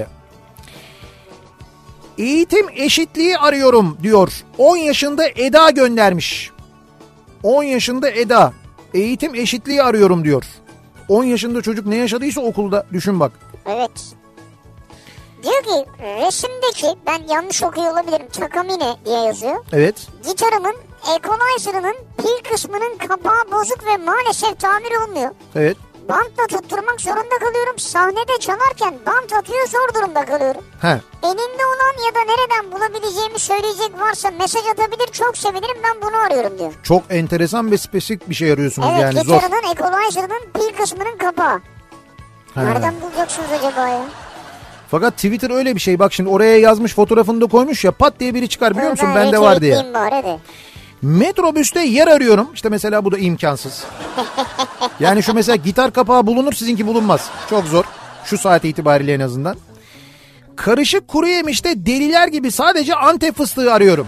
Eğitim eşitliği arıyorum diyor. on yaşında Eda göndermiş. on yaşında Eda. Eğitim eşitliği arıyorum diyor. on yaşında çocuk ne yaşadıysa okulda, düşün bak. Evet. Diyor ki resimdeki, ben yanlış okuyor olabilirim, Takamine diye yazıyor. Evet. Gitarımın equalizer'ının pil kısmının kapağı bozuk ve maalesef tamir olmuyor. Evet. Bantla tutturmak zorunda kalıyorum. Sahnede çalarken bant atıyor, zor durumda kalıyorum. He. Elinde olan ya da nereden bulabileceğimi söyleyecek varsa mesaj atabilir, çok sevinirim, ben bunu arıyorum diyor. Çok enteresan ve spesifik bir şey arıyorsunuz evet, yani, zor. Evet, gitarının equalizer'ının pil kısmının kapağı. He. Nereden bulacaksınız acaba ya? Fakat Twitter öyle bir şey, bak şimdi oraya yazmış, fotoğrafını da koymuş ya, pat diye biri çıkar biliyor musun, bende var diye. Bari. Metrobüste yer arıyorum. İşte mesela bu da imkansız. Yani şu mesela gitar kapağı bulunur, sizinki bulunmaz. Çok zor. Şu saat itibariyle en azından. Karışık kuru yemişte deliler gibi sadece Antep fıstığı arıyorum.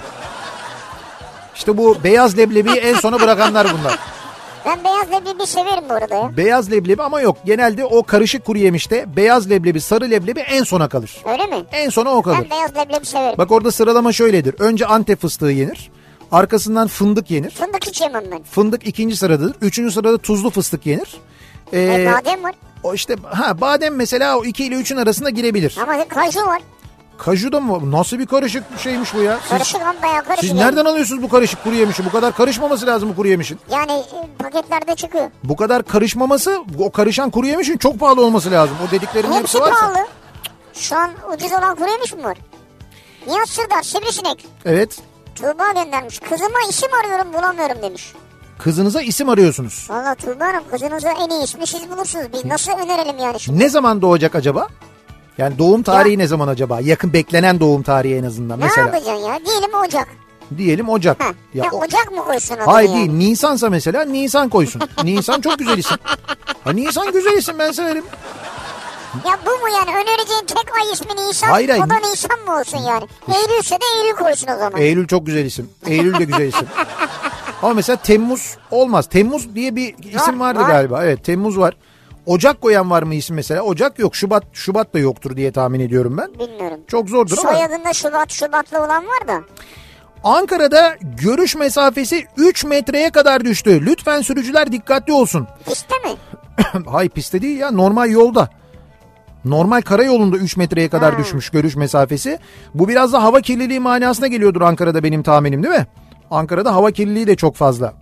İşte bu beyaz leblebiyi en sona bırakanlar bunlar. Ben beyaz leblebi severim bu arada ya. Beyaz leblebi ama yok. Genelde o karışık kuru yemişte beyaz leblebi, sarı leblebi en sona kalır. Öyle mi? En sona o kalır. Ben beyaz leblebi severim. Bak orada sıralama şöyledir. Önce Antep fıstığı yenir. Arkasından fındık yenir. Fındık hiç yemem ben. Fındık ikinci sıradadır. Üçüncü sırada tuzlu fıstık yenir. Ee, e, badem var. O işte ha badem mesela o iki ile üçün arasında girebilir. Ama kaju var. Kaju da mı? Nasıl bir karışık şeymiş bu ya? Siz, karışık ama bayağı karışık. Siz yani. nereden alıyorsunuz bu karışık kuru yemişi? Bu kadar karışmaması lazım bu kuru yemişin. Yani e, paketlerde çıkıyor. Bu kadar karışmaması, o karışan kuru yemişin çok pahalı olması lazım. O dediklerinin hepsi, hepsi varsa. pahalı. Şu an ucuz olan kuru yemiş mi var? Nihat Sırdar, Sivrisinek. Evet. Tuğba göndermiş. Kızıma isim arıyorum, bulamıyorum demiş. Kızınıza isim arıyorsunuz. Valla Tuğba Hanım, kızınıza en iyi ismi siz bulursunuz. Biz nasıl önerelim yani şimdi? Ne zaman doğacak acaba? Yani doğum tarihi ya. Ne zaman acaba? Yakın beklenen doğum tarihi en azından. Ne mesela. yapacaksın ya? Diyelim Ocak. Diyelim Ocak. Ha, ya ya o... Ocak mı koysun adını? Hayır yani? değil. Nisan'sa mesela Nisan koysun. Nisan çok güzel isim. Ha, Nisan güzel isim, ben severim. Ya bu mu yani? Önereceğin tek ay ismi Nisan. Hayır, hayır. O da Nisan mı olsun yani? Eylülse de Eylül koysun o zaman. Eylül çok güzel isim. Eylül de güzel isim. Ama mesela Temmuz olmaz. Temmuz diye bir isim var, vardı var. galiba. Evet, Temmuz var. Ocak koyan var mı isim mesela? Ocak yok. Şubat Şubat da yoktur diye tahmin ediyorum ben. Bilmiyorum. Çok zordur ama. Soyadında Şubat Şubatlı olan var da. Ankara'da görüş mesafesi üç metreye kadar düştü. Lütfen sürücüler dikkatli olsun. Piste mi? Hayır, piste değil ya, normal yolda. Normal karayolunda üç metreye kadar ha. düşmüş görüş mesafesi. Bu biraz da hava kirliliği manasına geliyordur Ankara'da, benim tahminim, değil mi? Ankara'da hava kirliliği de çok fazla.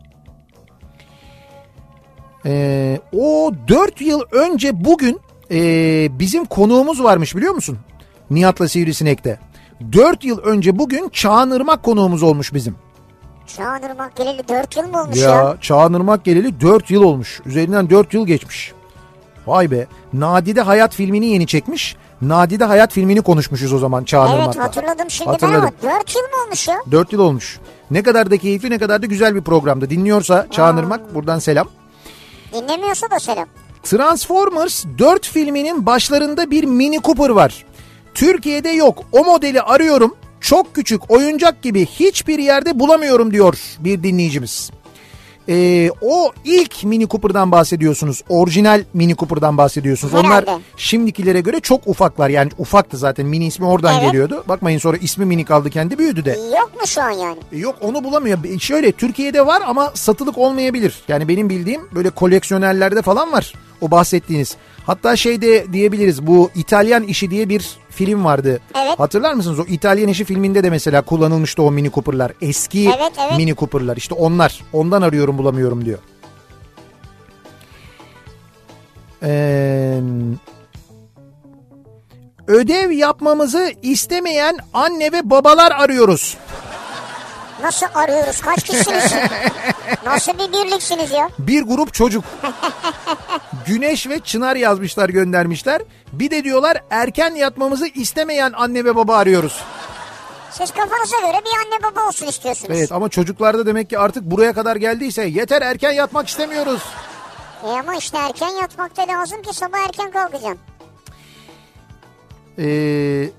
Ee, o dört yıl önce bugün e, bizim konuğumuz varmış, biliyor musun? Nihat'la Sivrisinek'te. dört yıl önce bugün Çağınırmak konuğumuz olmuş bizim. Çağınırmak geleli dört yıl mı olmuş ya? Ya Çağınırmak geleli dört yıl olmuş. Üzerinden dört yıl geçmiş. Vay be. Nadide Hayat filmini yeni çekmiş. Nadide Hayat filmini konuşmuşuz o zaman Çağınırmak'la. Evet, hatırladım şimdi Hatırladım. ben ama dört yıl mı olmuş ya? dört yıl olmuş. Ne kadar da keyifli, ne kadar da güzel bir programdı. Dinliyorsa Çağınırmak, buradan selam. Dinlemiyorsa da selam. Transformers dört filminin başlarında bir Mini Cooper var. Türkiye'de yok. O modeli arıyorum. Çok küçük, oyuncak gibi, hiçbir yerde bulamıyorum diyor bir dinleyicimiz. Ee, o ilk Mini Cooper'dan bahsediyorsunuz. Orijinal Mini Cooper'dan bahsediyorsunuz. Herhalde. Onlar şimdikilere göre çok ufaklar. Yani ufaktı zaten. Mini ismi oradan evet. geliyordu. Bakmayın sonra ismi Mini kaldı, kendi büyüdü de. Yok mu şu an yani? Yok, onu bulamıyor. Şöyle, Türkiye'de var ama satılık olmayabilir. Yani benim bildiğim böyle koleksiyonerlerde falan var. O bahsettiğiniz. Hatta şey de diyebiliriz, bu İtalyan İşi diye bir film vardı. Evet. Hatırlar mısınız? O İtalyan İşi filminde de mesela kullanılmıştı o Mini Cooper'lar. Eski evet, evet. Mini Cooper'lar. İşte onlar. Ondan arıyorum, bulamıyorum diyor. Ee, ödev yapmamızı istemeyen anne ve babalar arıyoruz. Nasıl arıyoruz? Kaç kişisiniz? Nasıl bir birliksiniz ya? Bir grup çocuk. Güneş ve Çınar yazmışlar, göndermişler. Bir de diyorlar erken yatmamızı istemeyen anne ve baba arıyoruz. Siz kafanıza göre bir anne baba olsun istiyorsunuz. Evet, ama çocuklarda demek ki artık buraya kadar geldiyse yeter, erken yatmak istemiyoruz. E ama işte erken yatmak da lazım ki sabah erken kalkacaksın. Eee...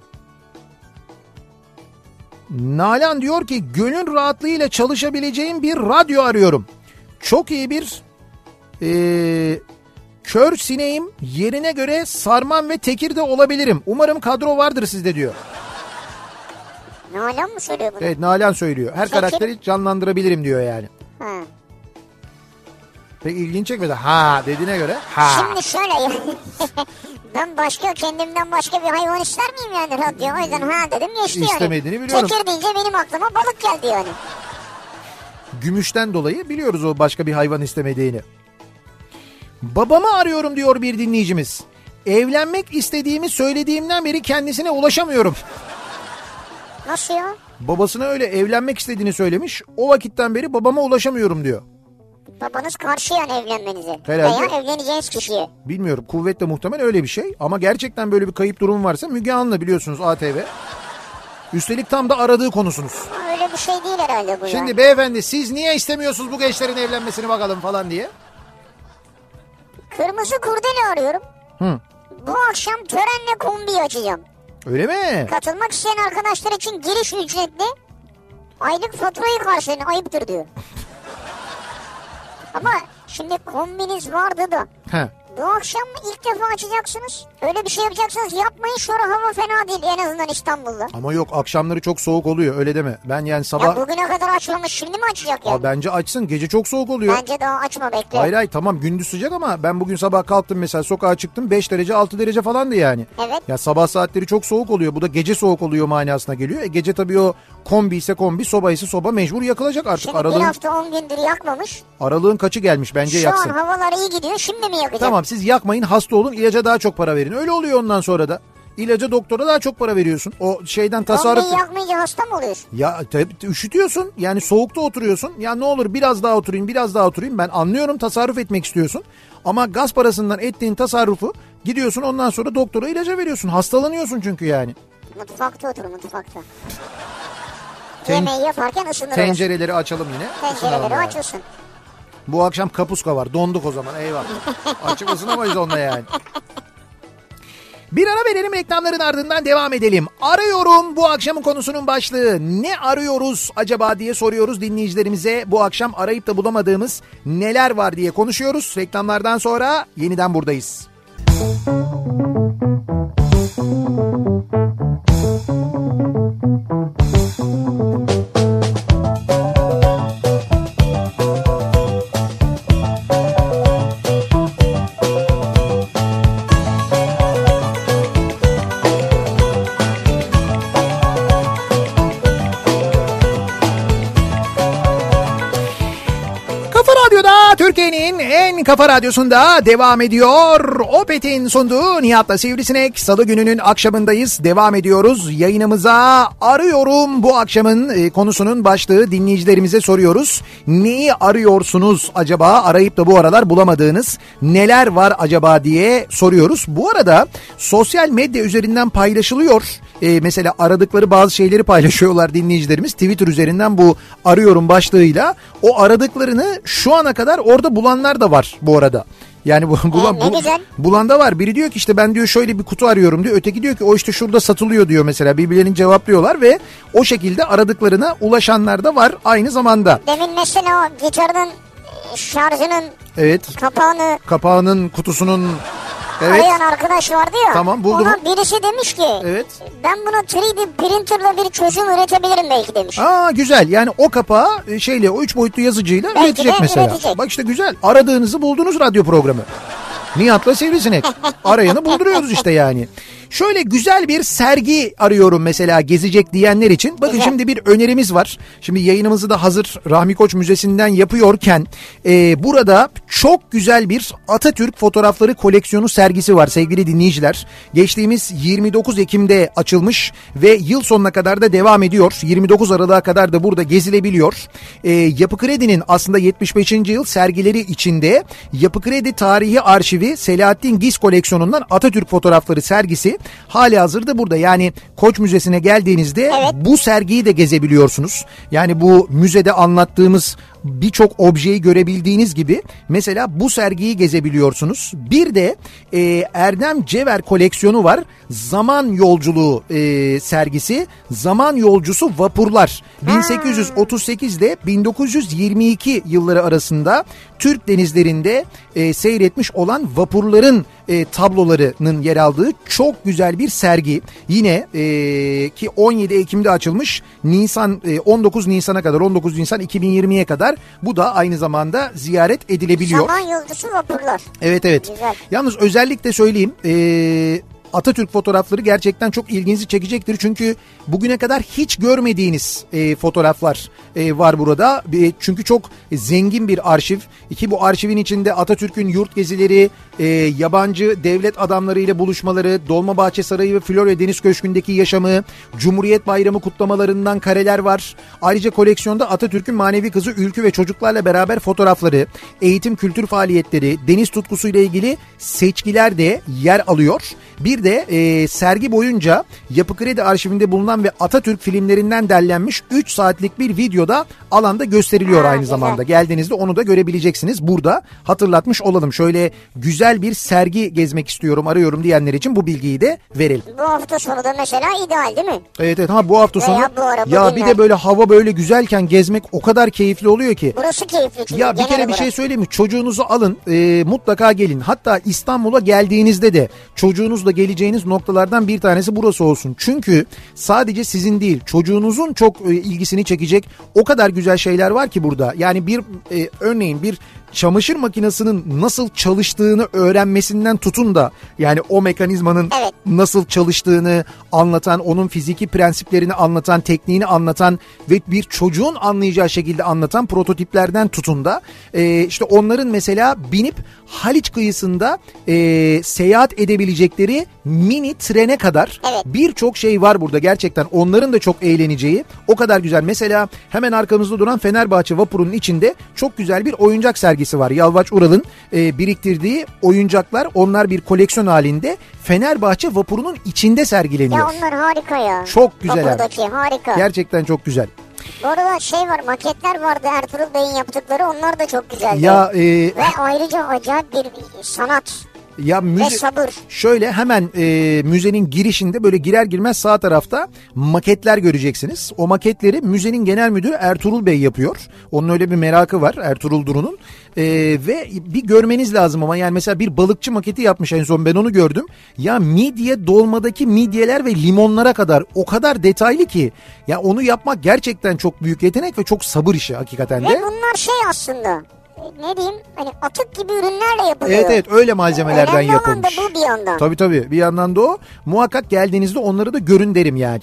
Nalan diyor ki gönül rahatlığıyla çalışabileceğim bir radyo arıyorum. Çok iyi bir ee, kör sineğim, yerine göre Sarman ve Tekir'de olabilirim. Umarım kadro vardır sizde diyor. Nalan mı söylüyor bunu? Evet, Nalan söylüyor. Her Tekir. karakteri canlandırabilirim diyor yani. Ha. Pek ilginç çekmedi. Ha dediğine göre. Ha. Şimdi şöyle ya. Ben başka kendimden başka bir hayvan ister miyim yani radyo? O yüzden ha dedim geçti yani. İstemediğini biliyorum. Tekir deyince benim aklıma balık geldi yani. Gümüşten dolayı biliyoruz o başka bir hayvan istemediğini. Babamı arıyorum diyor bir dinleyicimiz. Evlenmek istediğimi söylediğimden beri kendisine ulaşamıyorum. Nasıl ya? Babasına öyle evlenmek istediğini söylemiş. O vakitten beri babama ulaşamıyorum diyor. Babanız karşı yani evlenmenize. Herhalde. Veya evleneceğiniz kişiye. Bilmiyorum, kuvvetle muhtemel öyle bir şey. Ama gerçekten böyle bir kayıp durum varsa Müge Anlı biliyorsunuz A T V. Üstelik tam da aradığı konusunuz. Ama öyle bir şey değil herhalde bu. Şimdi ya. beyefendi siz niye istemiyorsunuz bu gençlerin evlenmesini bakalım falan diye. Kırmızı kurdele arıyorum. Hı. Bu akşam törenle kombi açacağım. Öyle mi? Katılmak isteyen arkadaşlar için giriş ücretli. Aylık faturayı karşılayın, ayıptır diyor. Ama şimdi kombiniz vardı da. He. Bu akşam mı ilk defa açacaksınız? Öyle bir şey yapacaksınız yapmayın, şu ara hava fena değil en azından İstanbul'da. Ama yok, akşamları çok soğuk oluyor, öyle deme. Ben yani sabah... Ya bugüne kadar açmamış, şimdi mi açacak yani? Aa, bence açsın, gece çok soğuk oluyor. Bence daha açma, bekle. Hayır hayır tamam, gündüz sıcak ama ben bugün sabah kalktım mesela, sokağa çıktım, beş derece altı derece falandı yani. Evet. Ya sabah saatleri çok soğuk oluyor, bu da gece soğuk oluyor manasına geliyor. E gece tabii o kombi ise kombi, soba ise soba mecbur yakılacak artık. Şimdi aralığın, bir hafta on gündür yakmamış. Aralığın kaçı gelmiş, bence Şu yaksın. an havalar iyi gidiyor, şimdi mi yakacak? Tamam, siz yakmayın, hasta olun, ilaca daha çok para verin. Öyle oluyor ondan sonra da. İlaca, doktora daha çok para veriyorsun. O şeyden tasarruf... Kombiyi yakmayınca hasta mı oluyorsun? Ya tabii üşütüyorsun, yani soğukta oturuyorsun. Ya ne olur biraz daha oturayım, biraz daha oturayım. Ben anlıyorum, tasarruf etmek istiyorsun. Ama gaz parasından ettiğin tasarrufu gidiyorsun, ondan sonra doktora ilaca veriyorsun. Hastalanıyorsun çünkü yani. Mutfakta otur, mutfakta. Ten- Yemeği yaparken ısınır. Tencereleri açalım yine. Tencereleri yani. açılsın. Bu akşam kapuska var, donduk o zaman, eyvallah. Açık ısınamayız onunla yani. Bir ara verelim, reklamların ardından devam edelim. Arıyorum bu akşamın konusunun başlığı. Ne arıyoruz acaba diye soruyoruz dinleyicilerimize. Bu akşam arayıp da bulamadığımız neler var diye konuşuyoruz. Reklamlardan sonra yeniden buradayız. Türkiye'nin en kafa radyosunda devam ediyor. Opet'in sunduğu Nihat'la Sivrisinek. Salı gününün akşamındayız. Devam ediyoruz yayınımıza. Arıyorum bu akşamın e, konusunun başlığı, dinleyicilerimize soruyoruz. Neyi arıyorsunuz acaba? Arayıp da bu aralar bulamadığınız neler var acaba diye soruyoruz. Bu arada sosyal medya üzerinden paylaşılıyor. E, mesela aradıkları bazı şeyleri paylaşıyorlar dinleyicilerimiz. Twitter üzerinden bu arıyorum başlığıyla. O aradıklarını şu ana kadar orada bulanlar da var bu arada. Yani bu, bulan, ee, ne bu, güzel. bulan da var. Biri diyor ki işte ben diyor şöyle bir kutu arıyorum diyor. Öteki diyor ki o işte şurada satılıyor diyor mesela. Birbirlerini cevaplıyorlar ve o şekilde aradıklarına ulaşanlar da var aynı zamanda. Demin mesela o gitarın şarjının evet. kapağını... Kapağının, kutusunun... Evet. Arayan arkadaş vardı ya. Tamam, buldum. Ona birisi demiş ki evet. Ben buna üç D printerla bir çözüm üretebilirim belki demiş. Aa güzel, yani o kapağı şeyle, o üç boyutlu yazıcıyla belki üretecek mesela. Üretecek. Bak işte güzel, aradığınızı buldunuz radyo programı. Nihat'la Sivrisinek. Arayanı bulduruyoruz işte yani. Şöyle güzel bir sergi arıyorum mesela gezecek diyenler için. Bakın güzel. Şimdi bir önerimiz var. Şimdi yayınımızı da hazır Rahmi Koç Müzesi'nden yapıyorken e, burada çok güzel bir Atatürk fotoğrafları koleksiyonu sergisi var sevgili dinleyiciler. Geçtiğimiz yirmi dokuz Ekim'de açılmış ve yıl sonuna kadar da devam ediyor. yirmi dokuz Aralık'a kadar da burada gezilebiliyor. E, Yapı Kredi'nin aslında yetmiş beşinci yıl sergileri içinde Yapı Kredi Tarihi Arşivi Selahattin Giz koleksiyonundan Atatürk fotoğrafları sergisi hali hazırda burada. Yani Koç Müzesi'ne geldiğinizde evet. bu sergiyi de gezebiliyorsunuz. Yani bu müzede anlattığımız birçok objeyi görebildiğiniz gibi mesela bu sergiyi gezebiliyorsunuz. Bir de e, Erdem Cever koleksiyonu var. Zaman yolculuğu e, sergisi. Zaman yolcusu vapurlar. bin sekiz yüz otuz sekiz ile bin dokuz yüz yirmi iki yılları arasında Türk denizlerinde e, seyretmiş olan vapurların e, tablolarının yer aldığı çok güzel bir sergi. Yine e, ki on yedi Ekim'de açılmış, Nisan e, on dokuz Nisan'a kadar, on dokuz Nisan iki bin yirmiye kadar bu da aynı zamanda ziyaret edilebiliyor. Zaman yolcusu vapurlar. Evet evet. Güzel. Yalnız özellikle söyleyeyim, e, Atatürk fotoğrafları gerçekten çok ilginizi çekecektir. Çünkü bugüne kadar hiç görmediğiniz e, fotoğraflar e, var burada. E, çünkü çok zengin bir arşiv. İki bu arşivin içinde Atatürk'ün yurt gezileri, e, yabancı devlet adamlarıyla buluşmaları, Dolmabahçe Sarayı ve Florya Deniz Köşkü'ndeki yaşamı, Cumhuriyet Bayramı kutlamalarından kareler var. Ayrıca koleksiyonda Atatürk'ün manevi kızı Ülkü ve çocuklarla beraber fotoğrafları, eğitim kültür faaliyetleri, deniz tutkusuyla ilgili seçkiler de yer alıyor. Bir de e, sergi boyunca Yapı Kredi arşivinde bulunan ve Atatürk filmlerinden derlenmiş üç saatlik bir videoda alanda gösteriliyor ha, aynı güzel. zamanda. Geldiğinizde onu da görebileceksiniz. Burada hatırlatmış olalım. Şöyle güzel bir sergi gezmek istiyorum, arıyorum diyenler için bu bilgiyi de verelim. Bu hafta sonu da mesela ideal değil mi? Evet evet, ha bu hafta sonu. Veya bu ara, bu ya bir de böyle hava böyle güzelken gezmek o kadar keyifli oluyor ki. Burası keyifli çünkü. Ya bir kere bir burası. şey söyleyeyim mi? Çocuğunuzu alın, e, mutlaka gelin. Hatta İstanbul'a geldiğinizde de çocuğunuzla geleceğiniz noktalardan bir tanesi burası olsun. Çünkü sadece sizin değil, çocuğunuzun çok e, ilgisini çekecek o kadar güzel şeyler var ki burada. Yani bir e, örneğin bir çamaşır makinesinin nasıl çalıştığını öğrenmesinden tutun da yani o mekanizmanın evet. nasıl çalıştığını anlatan, onun fiziki prensiplerini anlatan, tekniğini anlatan ve bir çocuğun anlayacağı şekilde anlatan prototiplerden tutun da e, işte onların mesela binip Haliç kıyısında e, seyahat edebilecekleri mini trene kadar evet. birçok şey var burada gerçekten. Onların da çok eğleneceği o kadar güzel. Mesela hemen arkamızda duran Fenerbahçe vapurunun içinde çok güzel bir oyuncak sergisi var. Yalvaç Ural'ın e, biriktirdiği oyuncaklar, onlar bir koleksiyon halinde Fenerbahçe vapurunun içinde sergileniyor. Ya onlar harika ya. Çok güzel. Vapurdaki harika. Gerçekten çok güzel. Bu arada şey var, maketler vardı Ertuğrul Bey'in yaptıkları, onlar da çok güzeldi. Ya, e, ve ayrıca acayip bir sanat. Ya müze, ve sabır. Şöyle hemen e, müzenin girişinde böyle girer girmez sağ tarafta maketler göreceksiniz. O maketleri müzenin genel müdürü Ertuğrul Bey yapıyor. Onun öyle bir merakı var Ertuğrul Duru'nun. E, ve bir görmeniz lazım ama yani mesela bir balıkçı maketi yapmış en son, ben onu gördüm. Ya midye dolmadaki midyeler ve limonlara kadar o kadar detaylı ki ya onu yapmak gerçekten çok büyük yetenek ve çok sabır işi hakikaten de. Ve bunlar şey aslında, ne diyeyim, hani atık gibi ürünlerle yapılıyor. Evet evet, öyle malzemelerden önemli yapılmış. Önemli olan da bu bir yandan. Tabii tabii, bir yandan da o. Muhakkak geldiğinizde onları da görün derim yani.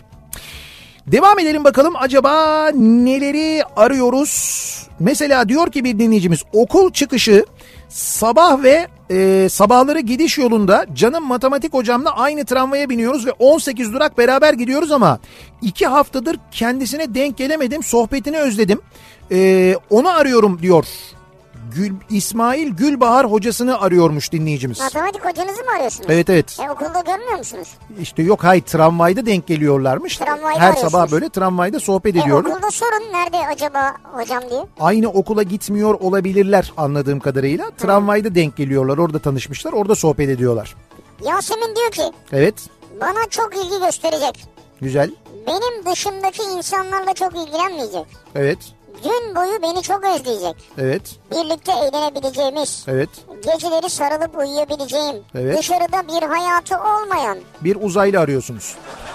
Devam edelim bakalım, acaba neleri arıyoruz? Mesela diyor ki bir dinleyicimiz, okul çıkışı sabah ve e, sabahları gidiş yolunda canım matematik hocamla aynı tramvaya biniyoruz ve on sekiz durak beraber gidiyoruz ama iki haftadır kendisine denk gelemedim, sohbetini özledim. E, onu arıyorum diyor. Gül, İsmail Gülbahar hocasını arıyormuş dinleyicimiz. Matematik hocanızı mı arıyorsunuz? Evet evet. E, okulda görmüyor musunuz? İşte yok, hayır, tramvayda denk geliyorlarmış. Tramvayda Her arıyorsunuz. sabah böyle tramvayda sohbet e, ediyorlar. Okulda sorun nerede acaba hocam diye. Aynı okula gitmiyor olabilirler anladığım kadarıyla. Tramvayda denk geliyorlar, orada tanışmışlar, orada sohbet ediyorlar. Yasemin diyor ki. Evet. Bana çok ilgi gösterecek. Güzel. Benim dışımdaki insanlarla çok ilgilenmeyecek. Evet. Gün boyu beni çok özleyecek. Evet. Birlikte eğlenebileceğimiz. Evet. Geceleri sarılıp uyuyabileceğim. Evet. Dışarıda bir hayatı olmayan. Bir uzaylı arıyorsunuz.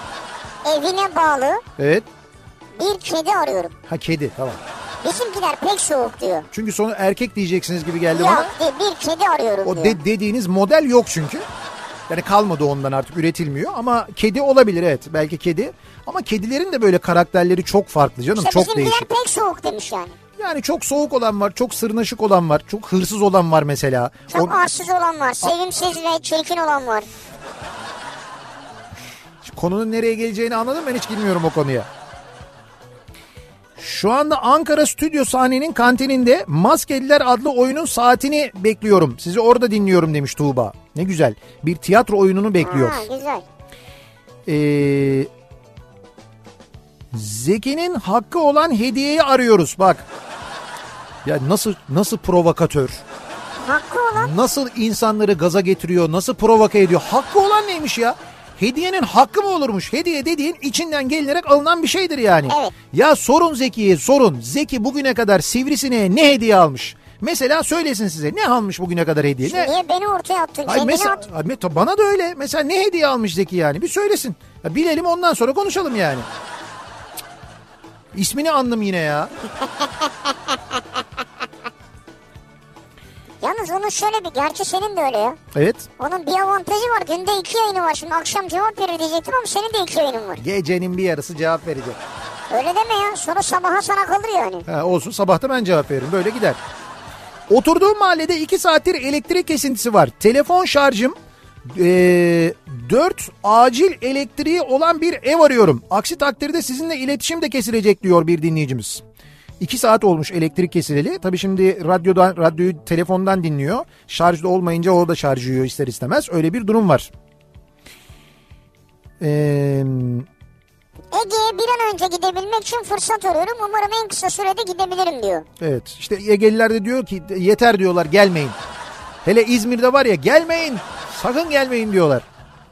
Evine bağlı. Evet. Bir kedi arıyorum. Ha, kedi, tamam. Bizimkiler pek soğuk diyor. Çünkü sonu erkek diyeceksiniz gibi geldi Yok, bana. Yok, bir kedi arıyorum o diyor. de- dediğiniz model yok çünkü. Yani kalmadı ondan, artık üretilmiyor ama kedi olabilir, evet, belki kedi. Ama kedilerin de böyle karakterleri çok farklı canım, işte çok bizimkiler değişik. pek soğuk demiş yani. Yani çok soğuk olan var, çok sırnaşık olan var, çok hırsız olan var mesela. Çok o... arsız olan var, sevimsiz ve çirkin olan var. Konunun nereye geleceğini anladım, ben hiç bilmiyorum o konuya. Şu anda Ankara Stüdyo sahnenin kantininde Maskeliler adlı oyunun saatini bekliyorum. Sizi orada dinliyorum demiş Tuğba. Ne güzel. Bir tiyatro oyununu bekliyor. Ha, güzel. Ee, Zeki'nin hakkı olan hediyeyi arıyoruz bak. Ya nasıl nasıl provokatör? Hakkı olan. Nasıl insanları gaza getiriyor? Nasıl provoke ediyor? Hakkı olan neymiş ya? Hediyenin hakkı mı olurmuş? Hediye dediğin içinden gelinerek alınan bir şeydir yani. Evet. Ya sorun Zeki'ye sorun. Zeki bugüne kadar Sivrisineğe ne hediye almış? Mesela söylesin size. Ne almış bugüne kadar hediye? Şimdi Ne? niye beni ortaya attın? Ay Kendini mesela, at. bana da öyle. Mesela ne hediye almış Zeki yani? Bir söylesin. Ya bilelim ondan sonra konuşalım yani. İsmini andım yine ya. Yalnız onun şöyle bir, gerçi senin de öyle ya. Evet. Onun bir avantajı var. Günde iki yayını var. Şimdi akşam cevap verir diyecektim ama senin de iki yayının var. Gecenin bir yarısı cevap verecek. Öyle deme ya. Sonra sabaha sana kalır yani. Ha, olsun, sabahta ben cevap veririm. Böyle gider. Oturduğum mahallede iki saattir elektrik kesintisi var. Telefon şarjım ee, dört acil elektriği olan bir ev arıyorum. Aksi takdirde sizinle iletişim de kesilecek diyor bir dinleyicimiz. İki saat olmuş elektrik kesileli. Tabii şimdi radyodan, radyoyu telefondan dinliyor. Şarjda olmayınca o da şarj yiyor ister istemez. Öyle bir durum var. Eee... Ege'ye bir an önce gidebilmek için fırsat arıyorum. Umarım en kısa sürede gidebilirim diyor. Evet, işte Egeliler de diyor ki yeter diyorlar, gelmeyin. Hele İzmir'de var ya, gelmeyin, sakın gelmeyin diyorlar.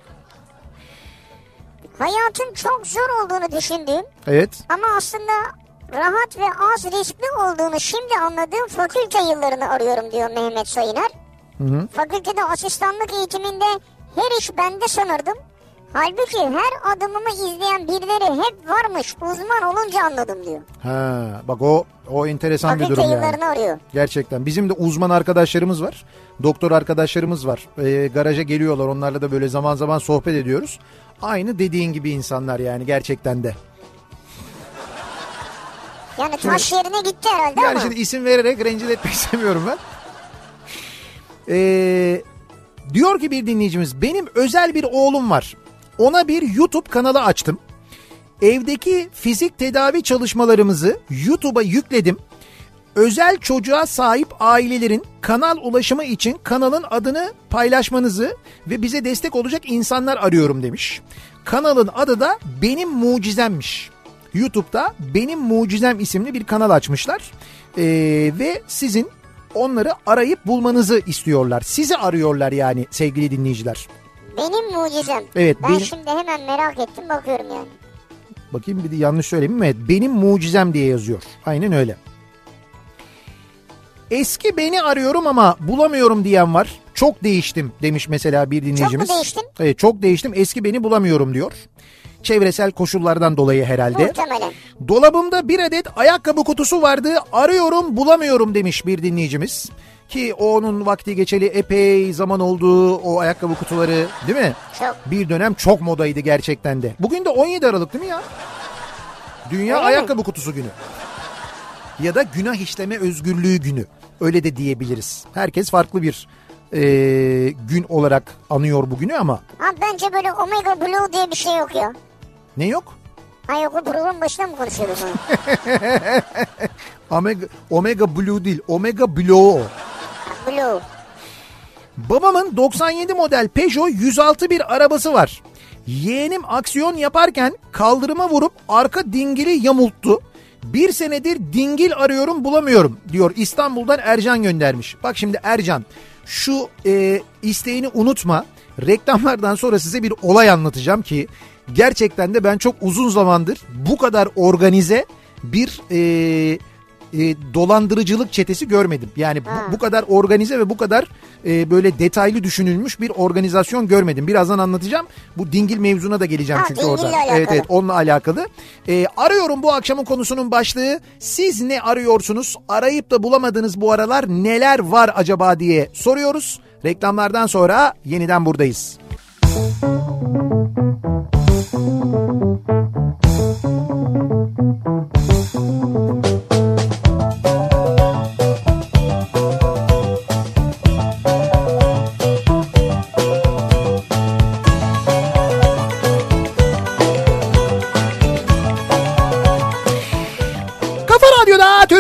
Hayatın çok zor olduğunu düşündüğüm, evet, ama aslında rahat ve az riskli olduğunu şimdi anladığım fakülte yıllarını arıyorum diyor Mehmet Sayıner. Hı hı. Fakültede asistanlık eğitiminde her iş bende sanırdım. Halbuki her adımımı izleyen birileri hep varmış, uzman olunca anladım diyor. Ha, bak o o enteresan fakülte bir durum yani. yıllarını arıyor. Gerçekten bizim de uzman arkadaşlarımız var. Doktor arkadaşlarımız var. Ee, garaja geliyorlar, onlarla da böyle zaman zaman sohbet ediyoruz. Aynı dediğin gibi insanlar yani, gerçekten de. Yani taş şimdi, yerine gitti herhalde yani ama. şimdi isim vererek rencide etmek istemiyorum ben. Ee, diyor ki bir dinleyicimiz, benim özel bir oğlum var. Ona bir YouTube kanalı açtım. Evdeki fizik tedavi çalışmalarımızı YouTube'a yükledim. Özel çocuğa sahip ailelerin kanal ulaşımı için kanalın adını paylaşmanızı ve bize destek olacak insanlar arıyorum demiş. Kanalın adı da Benim Mucizem'miş. YouTube'da Benim Mucizem isimli bir kanal açmışlar. Ee, ve sizin onları arayıp bulmanızı istiyorlar. Sizi arıyorlar yani sevgili dinleyiciler. Benim mucizem. Evet, ben benim... şimdi hemen merak ettim, bakıyorum yani. Bakayım bir de yanlış söyleyeyim mi? Evet, Benim Mucizem diye yazıyor. Aynen öyle. Eski beni arıyorum ama bulamıyorum diyen var. Çok değiştim demiş mesela bir dinleyicimiz. Çok mu değiştin? Evet, çok değiştim, eski beni bulamıyorum diyor. Çevresel koşullardan dolayı herhalde. Muhtemelen. Dolabımda bir adet ayakkabı kutusu vardı, arıyorum bulamıyorum demiş bir dinleyicimiz. Ki onun vakti geçeli epey zaman oldu, o ayakkabı kutuları, değil mi? Çok. Bir dönem çok modaydı gerçekten de. Bugün de on yedi Aralık değil mi ya? Dünya Öyle ayakkabı mi? kutusu günü. Ya da günah işleme özgürlüğü günü. Öyle de diyebiliriz. Herkes farklı bir e, gün olarak anıyor bugünü ama. Abi bence böyle Omega Blue diye bir şey yok ya. Ne yok? Ha yok, o programın başında mı konuşuyoruz? Omega, Omega Blue değil, Omega Blue. Blue. Babamın doksan yedi model Peugeot yüz altı bir arabası var. Yeğenim aksiyon yaparken kaldırıma vurup arka dingili yamulttu. Bir senedir dingil arıyorum bulamıyorum diyor. İstanbul'dan Ercan göndermiş. Bak şimdi Ercan, şu e, isteğini unutma. Reklamlardan sonra size bir olay anlatacağım ki gerçekten de ben çok uzun zamandır bu kadar organize bir e, e, dolandırıcılık çetesi görmedim. Yani bu, bu kadar organize ve bu kadar e, böyle detaylı düşünülmüş bir organizasyon görmedim. Birazdan anlatacağım. Bu dingil mevzuna da geleceğim ha, çünkü orada. Alakalı. Evet evet, onunla alakalı. E, arıyorum bu akşamın konusunun başlığı. Siz ne arıyorsunuz? Arayıp da bulamadığınız bu aralar neler var acaba diye soruyoruz. Reklamlardan sonra yeniden buradayız.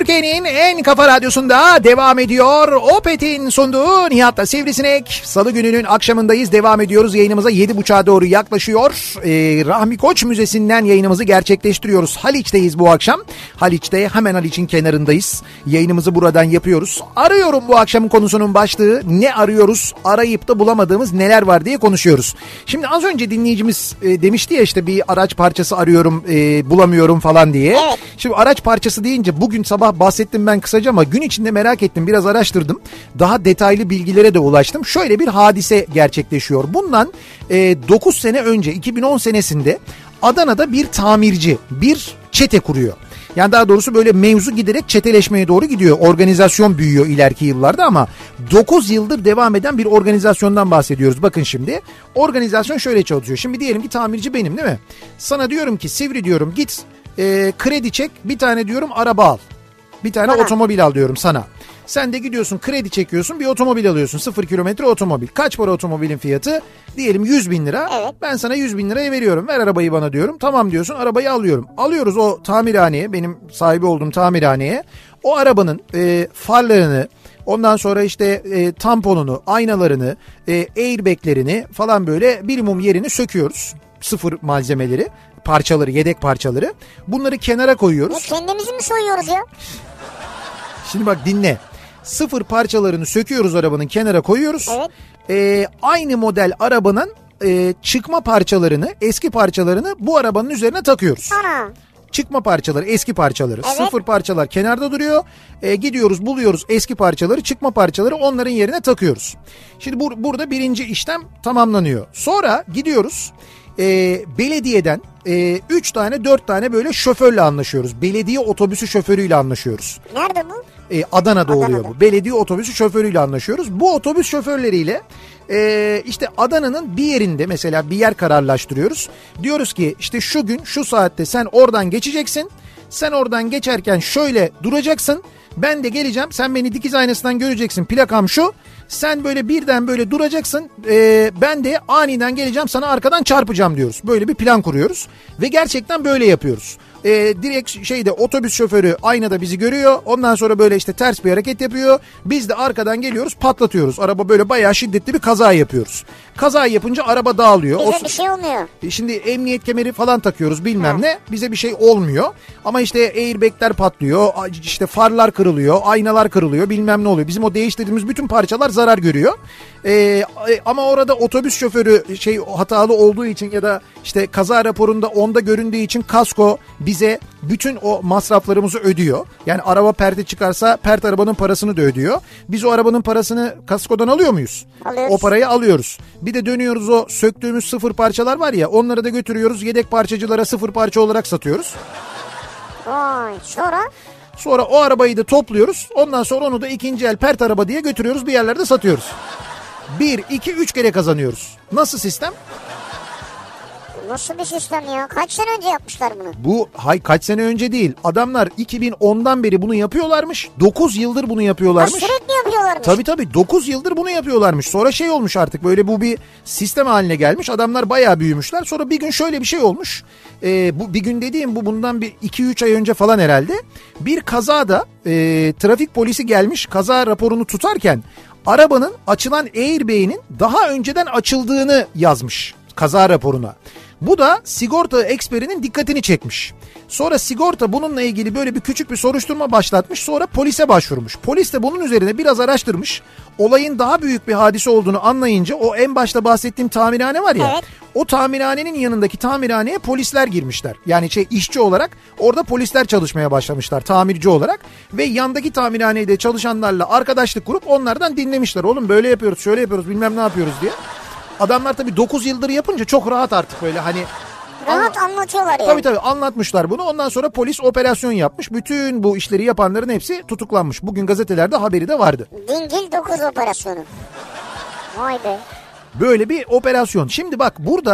Türkiye'nin en kafa radyosunda devam ediyor. Opet'in sunduğu Nihat'la Sivrisinek. Salı gününün akşamındayız. Devam ediyoruz. Yayınımıza yedi buçuğa doğru yaklaşıyor. Ee, Rahmi Koç Müzesi'nden yayınımızı gerçekleştiriyoruz. Haliç'teyiz bu akşam. Haliç'te, hemen Haliç'in kenarındayız. Yayınımızı buradan yapıyoruz. Arıyorum bu akşamın konusunun başlığı. Ne arıyoruz? Arayıp da bulamadığımız neler var diye konuşuyoruz. Şimdi az önce dinleyicimiz e, demişti ya işte bir araç parçası arıyorum, e, bulamıyorum falan diye. Evet. Şimdi araç parçası deyince bugün sabah bahsettim ben kısaca ama gün içinde merak ettim, biraz araştırdım. Daha detaylı bilgilere de ulaştım. Şöyle bir hadise gerçekleşiyor. Bundan e, dokuz sene önce, iki bin on senesinde Adana'da bir tamirci bir çete kuruyor. Yani daha doğrusu böyle mevzu giderek çeteleşmeye doğru gidiyor. Organizasyon büyüyor ileriki yıllarda ama dokuz yıldır devam eden bir organizasyondan bahsediyoruz. Bakın şimdi organizasyon şöyle çalışıyor. Şimdi diyelim ki tamirci benim, değil mi? Sana diyorum ki Sivri diyorum git e, kredi çek, bir tane diyorum araba al. Bir tane Bana. otomobil al diyorum sana. Sen de gidiyorsun kredi çekiyorsun, bir otomobil alıyorsun. Sıfır kilometre otomobil. Kaç para otomobilin fiyatı? Diyelim yüz bin lira. Evet. Ben sana yüz bin liraya veriyorum. Ver arabayı bana diyorum. Tamam diyorsun, arabayı alıyorum. Alıyoruz o tamirhaneye, benim sahibi olduğum tamirhaneye. O arabanın e, farlarını, ondan sonra işte e, tamponunu, aynalarını, e, airbaglerini falan böyle bilimum yerini söküyoruz. Sıfır malzemeleri, parçaları, yedek parçaları. Bunları kenara koyuyoruz. Ne, kendimizi mi soyuyoruz ya? Şimdi bak dinle. Sıfır parçalarını söküyoruz, arabanın kenara koyuyoruz. Evet. Ee, aynı model arabanın e, çıkma parçalarını, eski parçalarını bu arabanın üzerine takıyoruz. Ana. Çıkma parçaları, eski parçaları. Evet. Sıfır parçalar kenarda duruyor. Ee, gidiyoruz, buluyoruz eski parçaları, çıkma parçaları, onların yerine takıyoruz. Şimdi bur- burada birinci işlem tamamlanıyor. Sonra gidiyoruz. E, belediyeden e, üç tane dört tane böyle şoförle anlaşıyoruz. Belediye otobüsü şoförüyle anlaşıyoruz. Nerede bu? E, Adana'da, Adana'da oluyor bu. Belediye otobüsü şoförüyle anlaşıyoruz. Bu otobüs şoförleriyle e, işte Adana'nın bir yerinde mesela bir yer kararlaştırıyoruz. Diyoruz ki işte şu gün şu saatte sen oradan geçeceksin. Sen oradan geçerken şöyle duracaksın. Ben de geleceğim, sen beni dikiz aynasından göreceksin, plakam şu. Sen böyle birden böyle duracaksın, ee, ben de aniden geleceğim, sana arkadan çarpacağım diyoruz. Böyle bir plan kuruyoruz ve gerçekten böyle yapıyoruz. Ee, direkt şeyde otobüs şoförü aynada bizi görüyor, ondan sonra böyle işte ters bir hareket yapıyor. Biz de arkadan geliyoruz, patlatıyoruz. Araba böyle bayağı şiddetli bir kaza yapıyoruz. Kaza yapınca araba dağılıyor. Bize O, bir şey olmuyor. Şimdi emniyet kemeri falan takıyoruz bilmem Ha. ne, bize bir şey olmuyor. Ama işte airbagler patlıyor, işte farlar kırılıyor, aynalar kırılıyor, bilmem ne oluyor. Bizim o değiştirdiğimiz bütün parçalar zarar görüyor. Ee, ama orada otobüs şoförü şey hatalı olduğu için ya da işte kaza raporunda onda göründüğü için kasko bize bütün o masraflarımızı ödüyor. Yani araba perte çıkarsa pert arabanın parasını da ödüyor. Biz o arabanın parasını kaskodan alıyor muyuz? Alıyoruz. O parayı alıyoruz. Bir de dönüyoruz, o söktüğümüz sıfır parçalar var ya, onları da götürüyoruz yedek parçacılara, sıfır parça olarak satıyoruz. Vay, sonra? Sonra o arabayı da topluyoruz. Ondan sonra onu da ikinci el pert araba diye götürüyoruz, bir yerlerde satıyoruz. Bir, iki, üç kere kazanıyoruz. Nasıl sistem? Nasıl bir sistem ya? Kaç sene önce yapmışlar bunu? Bu hay kaç sene önce değil. Adamlar iki bin ondan beri bunu yapıyorlarmış. dokuz yıldır bunu Ha, yapıyorlarmış. sürekli yapıyorlarmış. Tabii tabii dokuz yıldır bunu yapıyorlarmış. Sonra şey olmuş artık, böyle bu bir sistem haline gelmiş. Adamlar bayağı büyümüşler. Sonra bir gün şöyle bir şey olmuş. Ee, bu bir gün dediğim bu bundan bir iki üç ay önce falan herhalde. Bir kazada e, trafik polisi gelmiş, kaza raporunu tutarken arabanın açılan airbag'inin daha önceden açıldığını yazmış kaza raporuna. Bu da sigorta eksperinin dikkatini çekmiş. Sonra sigorta bununla ilgili böyle bir küçük bir soruşturma başlatmış. Sonra polise başvurmuş. Polis de bunun üzerine biraz araştırmış. Olayın daha büyük bir hadise olduğunu anlayınca o en başta bahsettiğim tamirhane var ya. Evet. O tamirhanenin yanındaki tamirhaneye polisler girmişler. Yani şey işçi olarak orada polisler çalışmaya başlamışlar tamirci olarak. Ve yandaki tamirhanede çalışanlarla arkadaşlık kurup onlardan dinlemişler. Oğlum böyle yapıyoruz, şöyle yapıyoruz, bilmem ne yapıyoruz diye. Adamlar tabii dokuz yıldır yapınca çok rahat artık böyle hani. Rahat Anla- anlatıyorlar yani. Tabii tabii anlatmışlar bunu. Ondan sonra polis operasyon yapmış. Bütün bu işleri yapanların hepsi tutuklanmış. Bugün gazetelerde haberi de vardı. Dingil dokuz operasyonu. Vay be. Böyle bir operasyon. Şimdi bak burada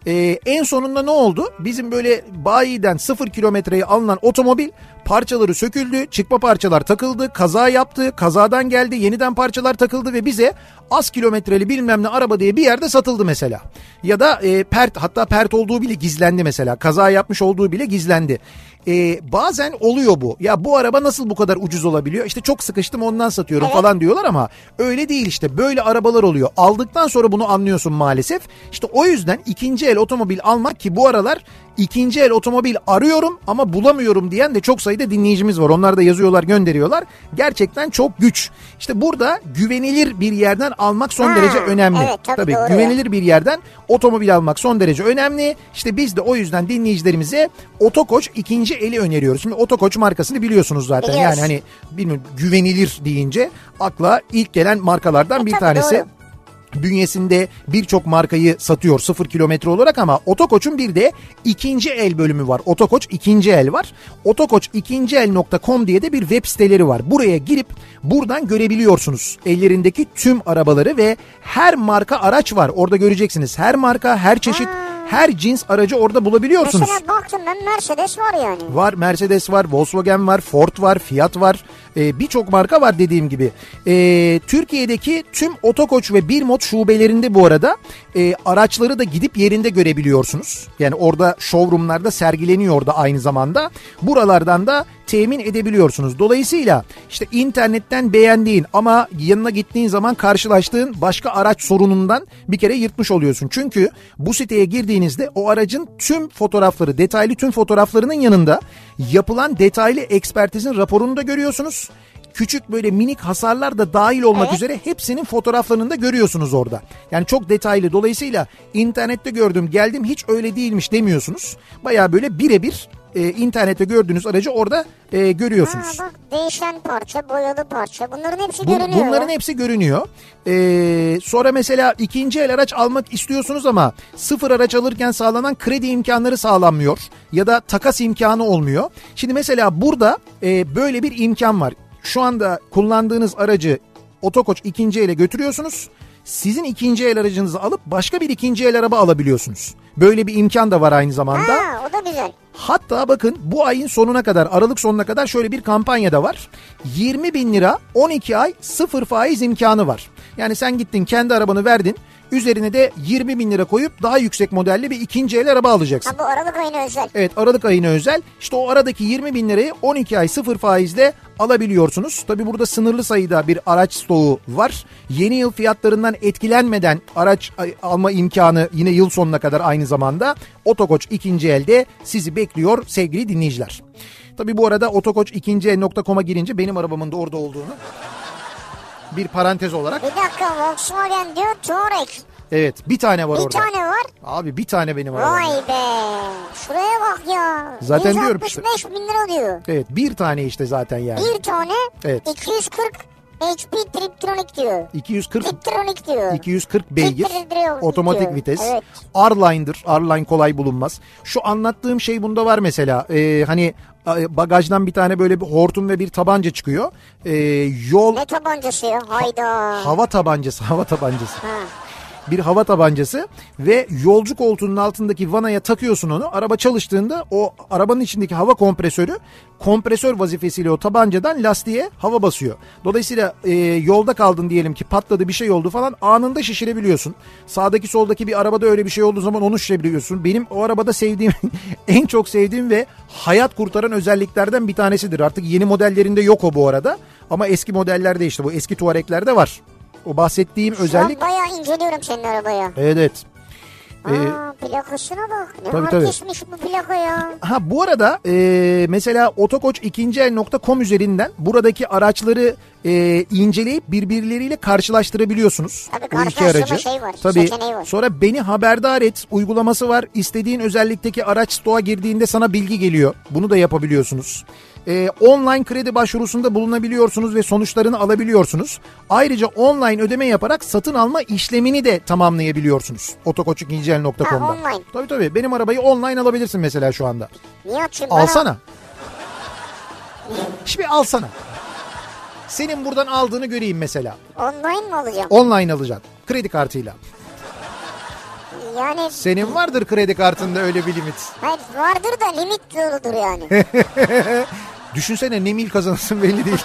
Ee, en sonunda ne oldu? Bizim böyle bayiden sıfır kilometreye alınan otomobil parçaları söküldü, çıkma parçalar takıldı, kaza yaptı, kazadan geldi, yeniden parçalar takıldı ve bize az kilometreli bilmem ne araba diye bir yerde satıldı mesela. Ya da e, pert, hatta pert olduğu bile gizlendi mesela, kaza yapmış olduğu bile gizlendi. Ee, bazen oluyor bu. Ya bu araba nasıl bu kadar ucuz olabiliyor? İşte çok sıkıştım ondan satıyorum evet. falan diyorlar ama öyle değil işte. Böyle arabalar oluyor. Aldıktan sonra bunu anlıyorsun maalesef. İşte o yüzden ikinci el otomobil almak, ki bu aralar ikinci el otomobil arıyorum ama bulamıyorum diyen de çok sayıda dinleyicimiz var. Onlar da yazıyorlar, gönderiyorlar. Gerçekten çok güç. İşte burada güvenilir bir yerden almak son ha, derece önemli. Evet, tabii, tabii doğru. Güvenilir bir yerden otomobil almak son derece önemli. İşte biz de o yüzden dinleyicilerimize Otokoç ikinci eli öneriyoruz. Şimdi Otokoç markasını biliyorsunuz zaten. Biliyoruz. Yani hani bilmiyorum, güvenilir deyince akla ilk gelen markalardan e, bir tabii, tanesi. Doğru. Bünyesinde birçok markayı satıyor sıfır kilometre olarak ama Otokoç'un bir de ikinci el bölümü var. Otokoç ikinci el var. otokoç ikinci el nokta com diye de bir web siteleri var. Buraya girip buradan görebiliyorsunuz ellerindeki tüm arabaları ve her marka araç var. Orada göreceksiniz. Her marka, her çeşit, ha. her cins aracı orada bulabiliyorsunuz. Mesela baktım ben, Mercedes var yani. Var, Mercedes var, Volkswagen var, Ford var, Fiat var. Ee, birçok marka var dediğim gibi. Ee, Türkiye'deki tüm Otokoç ve Birmot şubelerinde bu arada e, araçları da gidip yerinde görebiliyorsunuz. Yani orada showroomlarda sergileniyor da aynı zamanda. Buralardan da temin edebiliyorsunuz. Dolayısıyla işte internetten beğendiğin ama yanına gittiğin zaman karşılaştığın başka araç sorunundan bir kere yırtmış oluyorsun. Çünkü bu siteye girdiğinizde o aracın tüm fotoğrafları, detaylı tüm fotoğraflarının yanında yapılan detaylı ekspertizin raporunu da görüyorsunuz. Küçük böyle minik hasarlar da dahil olmak evet. üzere hepsinin fotoğraflarını da görüyorsunuz orada. Yani çok detaylı. Dolayısıyla internette gördüm, geldim, hiç öyle değilmiş demiyorsunuz. Bayağı böyle birebir e, internette gördüğünüz aracı orada e, görüyorsunuz. Ha, bak, değişen parça, boyalı parça, bunların hepsi Bu, görünüyor. Bunların ya. hepsi görünüyor. Ee, sonra mesela ikinci el araç almak istiyorsunuz ama sıfır araç alırken sağlanan kredi imkanları sağlanmıyor. Ya da takas imkanı olmuyor. Şimdi mesela burada e, böyle bir imkan var. Şu anda kullandığınız aracı Otokoç ikinci ele götürüyorsunuz. Sizin ikinci el aracınızı alıp başka bir ikinci el araba alabiliyorsunuz. Böyle bir imkan da var aynı zamanda. Ha, o da güzel. Hatta bakın bu ayın sonuna kadar, Aralık sonuna kadar şöyle bir kampanya da var. yirmi bin lira on iki ay sıfır faiz imkanı var. Yani sen gittin kendi arabanı verdin. Üzerine de yirmi bin lira koyup daha yüksek modelli bir ikinci el araba alacaksın. Ha, bu Aralık ayına özel. Evet, Aralık ayına özel. İşte o aradaki yirmi bin lirayı on iki ay sıfır faizle alabiliyorsunuz. Tabii burada sınırlı sayıda bir araç stoğu var. Yeni yıl fiyatlarından etkilenmeden araç alma imkanı yine yıl sonuna kadar aynı zamanda Otokoç ikinci elde sizi bekliyor sevgili dinleyiciler. Tabii bu arada otokoç ikinci el nokta com'a girince benim arabamın da orada olduğunu bir parantez olarak. Bir dakika, Volkswagen diyor, Touareg. Evet, bir tane var bir orada. Bir tane var. Abi bir tane benim arabam. Vay be. Şuraya bak ya. Zaten diyorum işte. yüz altmış beş bin lira diyor. Evet, bir tane işte zaten yani. Bir tane. Evet. iki yüz kırk H P Triptronic diyor. iki yüz kırk Triptronic diyor. iki yüz kırk beygir. Otomatik diyor. vites. Evet. R-Line'dır. R-Line kolay bulunmaz. Şu anlattığım şey bunda var mesela. Ee, hani bagajdan bir tane böyle bir hortum ve bir tabanca çıkıyor. Ee, yol. Ne tabancası ya? Hayda. Ha, hava tabancası. Hava tabancası. Ha. Bir hava tabancası ve yolcu koltuğunun altındaki vanaya takıyorsun onu. Araba çalıştığında o arabanın içindeki hava kompresörü kompresör vazifesiyle o tabancadan lastiğe hava basıyor. Dolayısıyla e, yolda kaldın diyelim ki, patladı, bir şey oldu falan, anında şişirebiliyorsun. Sağdaki soldaki bir arabada öyle bir şey olduğu zaman onu şişirebiliyorsun. Benim o arabada sevdiğim en çok sevdiğim ve hayat kurtaran özelliklerden bir tanesidir. Artık yeni modellerinde yok o bu arada ama eski modellerde, işte bu eski Touareg'lerde var. O bahsettiğim Şu özellik. Şu an bayağı inceliyorum senin arabaya. Evet, evet. Aa, ee, plakasına bak. Ne tabii, artistmiş tabii. bu plaka ya. Ha, bu arada e, mesela otokoç ikinci el nokta com üzerinden buradaki araçları e, inceleyip birbirleriyle karşılaştırabiliyorsunuz. Tabii, bu iki aracı. Şey var, tabii. var. Sonra beni haberdar et uygulaması var. İstediğin özellikteki araç stoğa girdiğinde sana bilgi geliyor. Bunu da yapabiliyorsunuz. Ee, online kredi başvurusunda bulunabiliyorsunuz ve sonuçlarını alabiliyorsunuz. Ayrıca online ödeme yaparak satın alma işlemini de tamamlayabiliyorsunuz. otokoç ikinci el nokta com'da. Ha, online. Tabii tabii, benim arabayı online alabilirsin mesela şu anda. Niye açayım? Alsana. Şimdi alsana. Senin buradan aldığını göreyim mesela. Online mi alacağım? Online alacaksın. Kredi kartıyla. Yani... Senin vardır kredi kartında öyle bir limit. Hayır vardır da limit doludur yani. Düşünsene ne mil kazanırsın belli değil.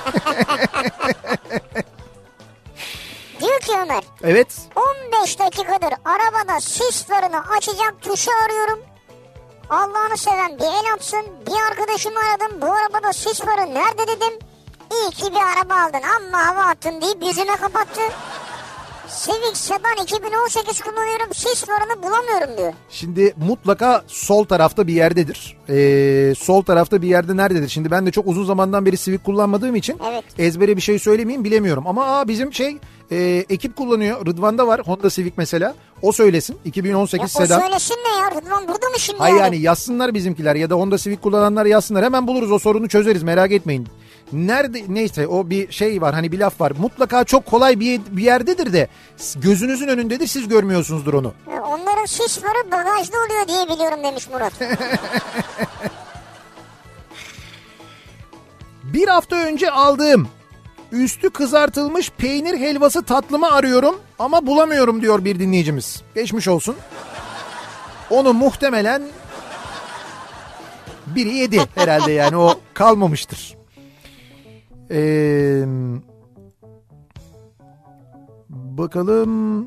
Diyor ki Ömer. Evet. on beş dakikadır arabada sis farını açacak tuşu arıyorum. Allah'ını seven bir el atsın. Bir arkadaşımı aradım. Bu arabada sis farı nerede dedim. İyi ki bir araba aldın amma hava attın deyip yüzüme kapattı. Civic Sedan iki bin on sekiz kullanıyorum, sis farını bulamıyorum diyor. Şimdi mutlaka sol tarafta bir yerdedir. Ee, sol tarafta bir yerde nerededir? Şimdi ben de çok uzun zamandan beri Civic kullanmadığım için evet. ezbere bir şey söylemeyeyim bilemiyorum. Ama aa, bizim şey e, ekip kullanıyor. Rıdvan'da var Honda Civic mesela. O söylesin. iki bin on sekiz ya sedan. O söylesin ne ya? Rıdvan burada mı şimdi? Hayır yani? yani yazsınlar bizimkiler ya da Honda Civic kullananlar yazsınlar. Hemen buluruz, o sorunu çözeriz, merak etmeyin. Nerede neyse o bir şey var, hani bir laf var. Mutlaka çok kolay bir, bir yerdedir de gözünüzün önündedir, siz görmüyorsunuzdur onu. Onların sis farı bagajda oluyor diye biliyorum demiş Murat. Bir hafta önce aldığım üstü kızartılmış peynir helvası tatlımı arıyorum ama bulamıyorum diyor bir dinleyicimiz. Geçmiş olsun. Onu muhtemelen biri yedi herhalde, yani o kalmamıştır. Ee, bakalım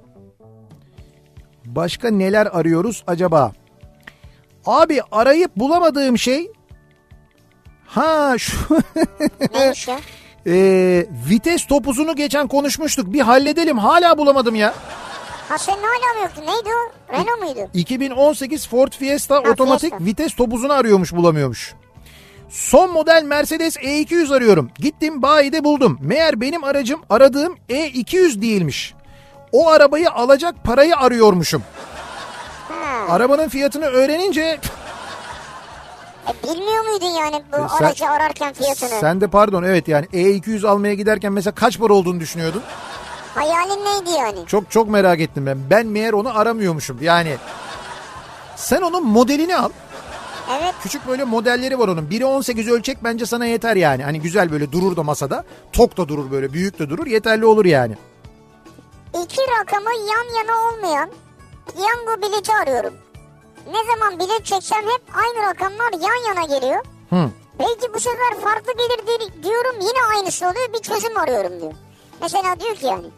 başka neler arıyoruz acaba? Abi arayıp bulamadığım şey ha şu neymiş ya? Ee, vites topuzunu geçen konuşmuştuk, bir halledelim, hala bulamadım ya. Ha senin hala mı yoktu? Neydi o? Renault muydu? iki bin on sekiz Ford Fiesta ha, otomatik Fiesta. vites topuzunu arıyormuş, bulamıyormuş. Son model Mercedes E iki yüz arıyorum. Gittim bayide buldum. Meğer benim aracım aradığım E iki yüz değilmiş. O arabayı alacak parayı arıyormuşum. Ha. Arabanın fiyatını öğrenince... E, bilmiyor muydun yani bu E, sen, aracı ararken fiyatını? Sen de pardon, evet yani E iki yüz almaya giderken mesela kaç para olduğunu düşünüyordun? Hayalin neydi yani? Çok çok merak ettim ben. Ben meğer onu aramıyormuşum. Yani sen onun modelini al. Evet. Küçük böyle modelleri var onun. biri on sekiz ölçek bence sana yeter yani. Hani güzel böyle durur da masada. Tok da durur, böyle büyük de durur. Yeterli olur yani. İki rakamı yan yana olmayan piyango bileti arıyorum. Ne zaman bilet çeksem hep aynı rakamlar yan yana geliyor. Hı. Belki bu sefer farklı gelir diyorum, yine aynısı oluyor, bir çözüm arıyorum diyor. Mesela diyor ki yani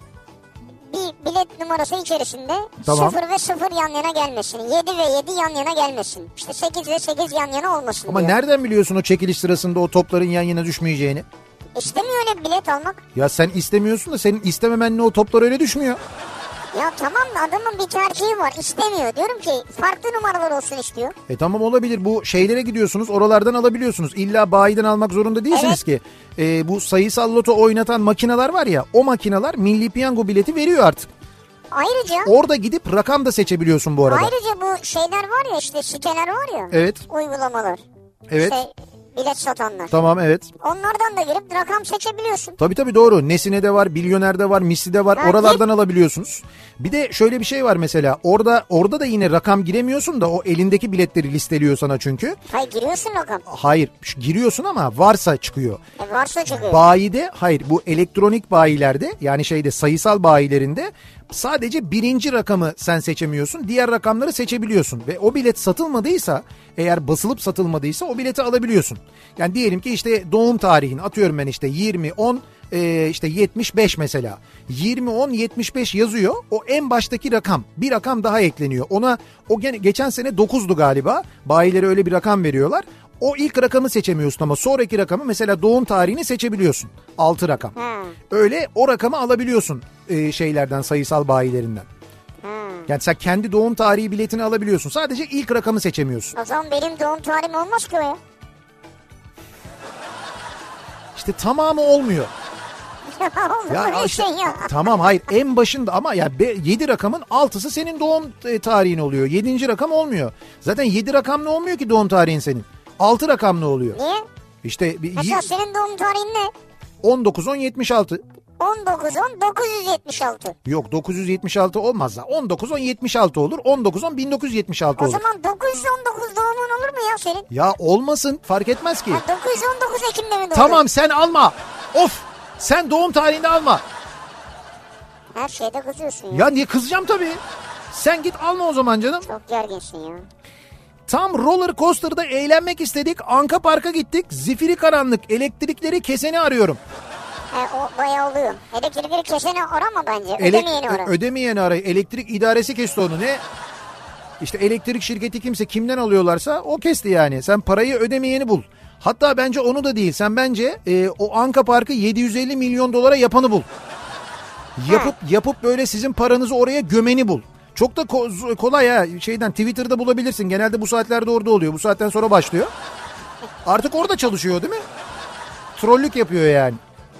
bir bilet numarası içerisinde tamam. sıfır ve sıfır yan yana gelmesin. yedi ve yedi yan yana gelmesin. İşte sekiz ve sekiz yan yana olmasın Ama diyor. nereden biliyorsun o çekiliş sırasında o topların yan yana düşmeyeceğini? İstemiyor öyle bilet almak. Ya sen istemiyorsun da senin istememenle o toplar öyle düşmüyor. Ya tamam da adamın bir tercihi var, istemiyor. Diyorum ki farklı numaralar olsun istiyor. E tamam, olabilir, bu şeylere gidiyorsunuz, oralardan alabiliyorsunuz. İlla bayiden almak zorunda değilsiniz evet. ki. E, bu sayısal loto oynatan makineler var ya, o makineler milli piyango bileti veriyor artık. Ayrıca. Orada gidip rakam da seçebiliyorsun bu arada. Ayrıca bu şeyler var ya, işte siteler var ya. Evet. Uygulamalar. Evet. İşte bilet satanlar. Tamam, evet. Onlardan da girip rakam seçebiliyorsun. Tabii tabii doğru. Nesine'de var, Milyoner'de var, Misli'de var. Ha, oralardan gir. Alabiliyorsunuz. Bir de şöyle bir şey var mesela. Orada orada da yine rakam giremiyorsun da o elindeki biletleri listeliyor sana çünkü. Hayır, giriyorsun rakam. Hayır, giriyorsun ama varsa çıkıyor. E, varsa çıkıyor. Bayide, hayır, bu elektronik bayilerde, yani şeyde sayısal bayilerinde sadece birinci rakamı sen seçemiyorsun. Diğer rakamları seçebiliyorsun. Ve o bilet satılmadıysa, eğer basılıp satılmadıysa o bileti alabiliyorsun. Yani diyelim ki işte doğum tarihini atıyorum ben, işte yirmi on e, işte yetmiş beş mesela. yirmi on yetmiş beş yazıyor. O en baştaki rakam. Bir rakam daha ekleniyor. Ona o gene, geçen sene dokuzdu galiba. Bayilere öyle bir rakam veriyorlar. O ilk rakamı seçemiyorsun ama sonraki rakamı, mesela doğum tarihini seçebiliyorsun. altı rakam. Hmm. Öyle o rakamı alabiliyorsun e, şeylerden, sayısal bayilerinden. Hmm. Yani sen kendi doğum tarihi biletini alabiliyorsun. Sadece ilk rakamı seçemiyorsun. O zaman benim doğum tarihim olmaz ki o ya. İşte tamamı olmuyor. ya, işte, ya. Tamam, hayır, en başında ama ya yedi rakamın altısı senin doğum tarihin oluyor. yedinci rakam olmuyor. Zaten yedi rakamlı olmuyor ki doğum tarihin senin. altı rakamlı oluyor. Niye? İşte mesela y- senin doğum tarihin ne? on dokuz on yetmiş altı. on dokuz on dokuz yüz yetmiş altı. Yok, dokuz yüz yetmiş altı olmaz da. on dokuz on yetmiş altı olur. on dokuz on bin dokuz yüz yetmiş altı o olur. O zaman dokuz yüz on dokuz doğumun olur mu ya senin? Ya olmasın, fark etmez ki. Ha, dokuz yüz on dokuz Ekim'de mi doğdun? Tamam, sen alma. Of, sen doğum tarihini alma. Her şeyde kızıyorsun ya. Ya niye kızacağım tabii. Sen git alma o zaman canım. Çok gerginsin ya. Tam roller coaster'da eğlenmek istedik. Anka Park'a gittik. Zifiri karanlık, elektrikleri keseni arıyorum. E, o bayağı oluyor. Elektrikleri keseni arama bence. Ele- Ödemeyeni ara. Ödemeyeni ara. Elektrik idaresi kesti onu. Ne? İşte elektrik şirketi kimse kimden alıyorlarsa o kesti yani. Sen parayı ödemeyeni bul. Hatta bence onu da değil. Sen bence e, o Anka Park'ı yedi yüz elli milyon dolara yapanı bul. Yapıp ha. yapıp böyle sizin paranızı oraya gömeni bul. Çok da ko- kolay ha. Şeyden Twitter'da bulabilirsin. Genelde bu saatlerde orada oluyor. Bu saatten sonra başlıyor. Artık orada çalışıyor değil mi? Trollük yapıyor yani.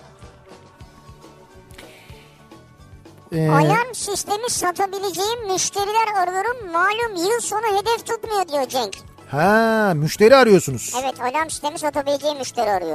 Ee... Alarm sistemi satabileceğim müşteriler arıyorum. Malum yıl sonu hedef tutmuyor diyor Cenk. Ha, müşteri arıyorsunuz. Evet, alarm sistemi satabileceğim müşteri arıyor.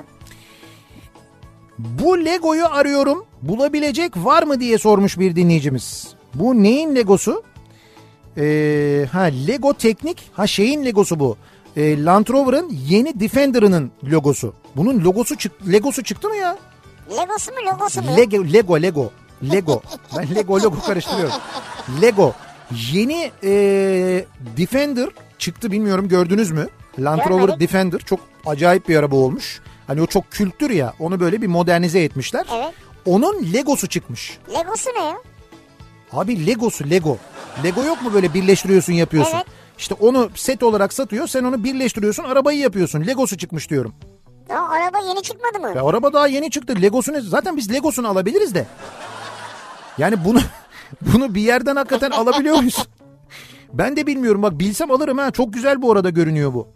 Bu Lego'yu arıyorum. Bulabilecek var mı diye sormuş bir dinleyicimiz. Bu neyin Legosu? Ee, ha Lego Teknik. Ha şeyin Legosu bu. Ee, Land Rover'ın yeni Defender'ının logosu. Bunun logosu çık Legosu çıktı mı ya? Legosu mu logosu mu? Lego Lego Lego. Lego. Ben Lego logo karıştırıyorum. Lego. Yeni e, Defender çıktı, bilmiyorum gördünüz mü? Land Rover Görmedim. Defender çok acayip bir araba olmuş. Hani o çok kültür ya, onu böyle bir modernize etmişler. Evet. Onun Legosu çıkmış. Legosu ne ya? Abi Legosu Lego. Lego yok mu böyle birleştiriyorsun yapıyorsun? Evet. İşte onu set olarak satıyor, sen onu birleştiriyorsun, arabayı yapıyorsun. Legosu çıkmış diyorum. Ya araba yeni çıkmadı mı? Ya araba daha yeni çıktı. Legosunu zaten biz Legosunu alabiliriz de. Yani bunu bunu bir yerden hakikaten alabiliyor muyuz? Ben de bilmiyorum, bak bilsem alırım ha. Çok güzel bu arada görünüyor bu.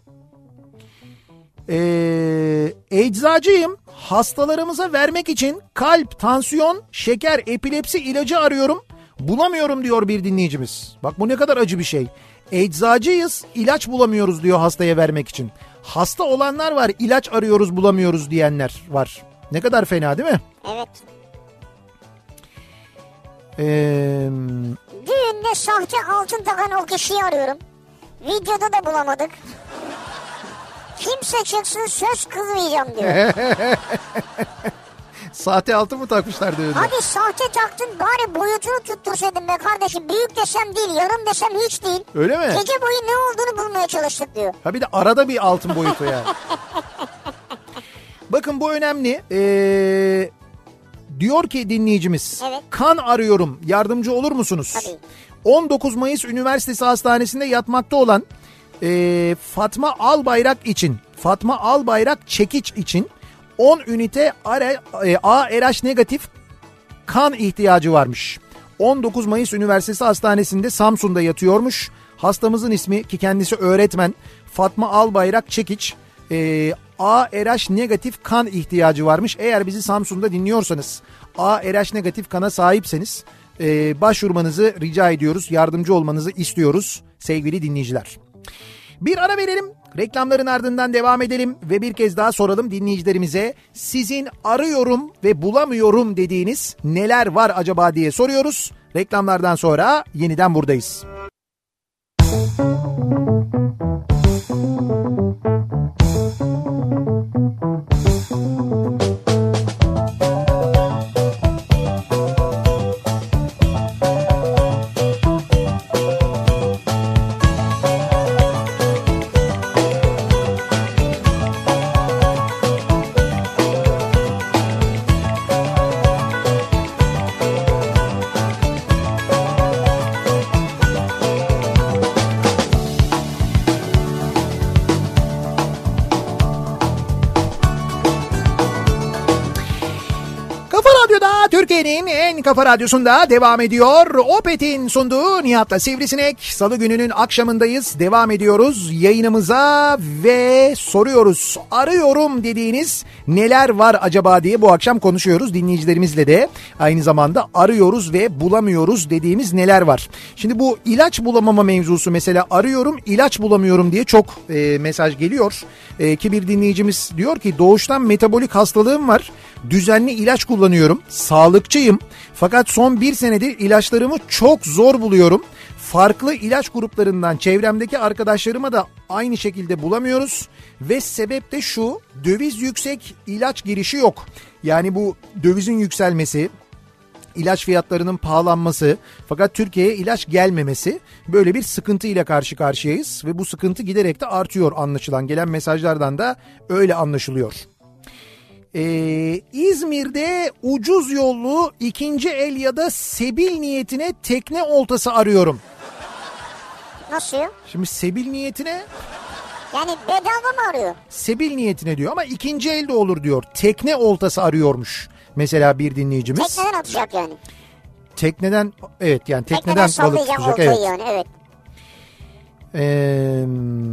Ee, eczacıyım. Hastalarımıza vermek için kalp, tansiyon, şeker, epilepsi ilacı arıyorum. Bulamıyorum diyor bir dinleyicimiz. Bak bu ne kadar acı bir şey. Eczacıyız, ilaç bulamıyoruz diyor hastaya vermek için. Hasta olanlar var, ilaç arıyoruz bulamıyoruz diyenler var. Ne kadar fena değil mi? Evet. Ee... Düğünde sahte altın takan o kişiyi arıyorum. Videoda da bulamadık. Kimse çıksın, söz kılmayacağım diyor. Sahte altın mı takmışlar düğünde? Hadi sahte taktın, bari boyutunu tuttursaydın be kardeşim. Büyük desem değil, yarım desem hiç değil. Öyle mi? Gece boyu ne olduğunu bulmaya çalıştık diyor. Ha bir de arada bir altın boyutu yani. Bakın bu önemli. Ee, diyor ki dinleyicimiz. Evet. Kan arıyorum, yardımcı olur musunuz? Tabii. on dokuz Mayıs Üniversitesi Hastanesi'nde yatmakta olan e, Fatma Albayrak için, Fatma Albayrak Çekiç için on ünite A R H negatif kan ihtiyacı varmış. on dokuz Mayıs Üniversitesi Hastanesi'nde Samsun'da yatıyormuş. Hastamızın ismi, ki kendisi öğretmen, Fatma Albayrak Çekiç. E, A R H negatif kan ihtiyacı varmış. Eğer bizi Samsun'da dinliyorsanız, A R H negatif kana sahipseniz e, başvurmanızı rica ediyoruz. Yardımcı olmanızı istiyoruz sevgili dinleyiciler. Bir ara verelim. Reklamların ardından devam edelim ve bir kez daha soralım dinleyicilerimize. Sizin arıyorum ve bulamıyorum dediğiniz neler var acaba diye soruyoruz. Reklamlardan sonra yeniden buradayız. Türkiye'nin en kafa radyosunda devam ediyor. Opet'in sunduğu Nihat'la Sivrisinek. Salı gününün akşamındayız. Devam ediyoruz yayınımıza ve soruyoruz. Arıyorum dediğiniz neler var acaba diye bu akşam konuşuyoruz dinleyicilerimizle de. Aynı zamanda arıyoruz ve bulamıyoruz dediğimiz neler var. Şimdi bu ilaç bulamama mevzusu, mesela arıyorum ilaç bulamıyorum diye çok e, mesaj geliyor. E, ki bir dinleyicimiz diyor ki doğuştan metabolik hastalığım var. Düzenli ilaç kullanıyorum. Sağlıkçıyım. Fakat son bir senedir ilaçlarımı çok zor buluyorum. Farklı ilaç gruplarından çevremdeki arkadaşlarıma da aynı şekilde bulamıyoruz. Ve sebep de şu: döviz yüksek, ilaç girişi yok. Yani bu dövizin yükselmesi, ilaç fiyatlarının pahalanması, fakat Türkiye'ye ilaç gelmemesi, böyle bir sıkıntı ile karşı karşıyayız ve bu sıkıntı giderek de artıyor anlaşılan. Gelen mesajlardan da öyle anlaşılıyor. Ee, İzmir'de ucuz yollu ikinci el ya da sebil niyetine tekne oltası arıyorum. Nasıl? Şimdi sebil niyetine... Yani bedava mı arıyor? Sebil niyetine diyor ama ikinci el de olur diyor. Tekne oltası arıyormuş mesela bir dinleyicimiz. Tekneden atacak yani. Tekneden, evet yani tekneden, tekneden balık tutacak. Evet. Yani, evet. Ee,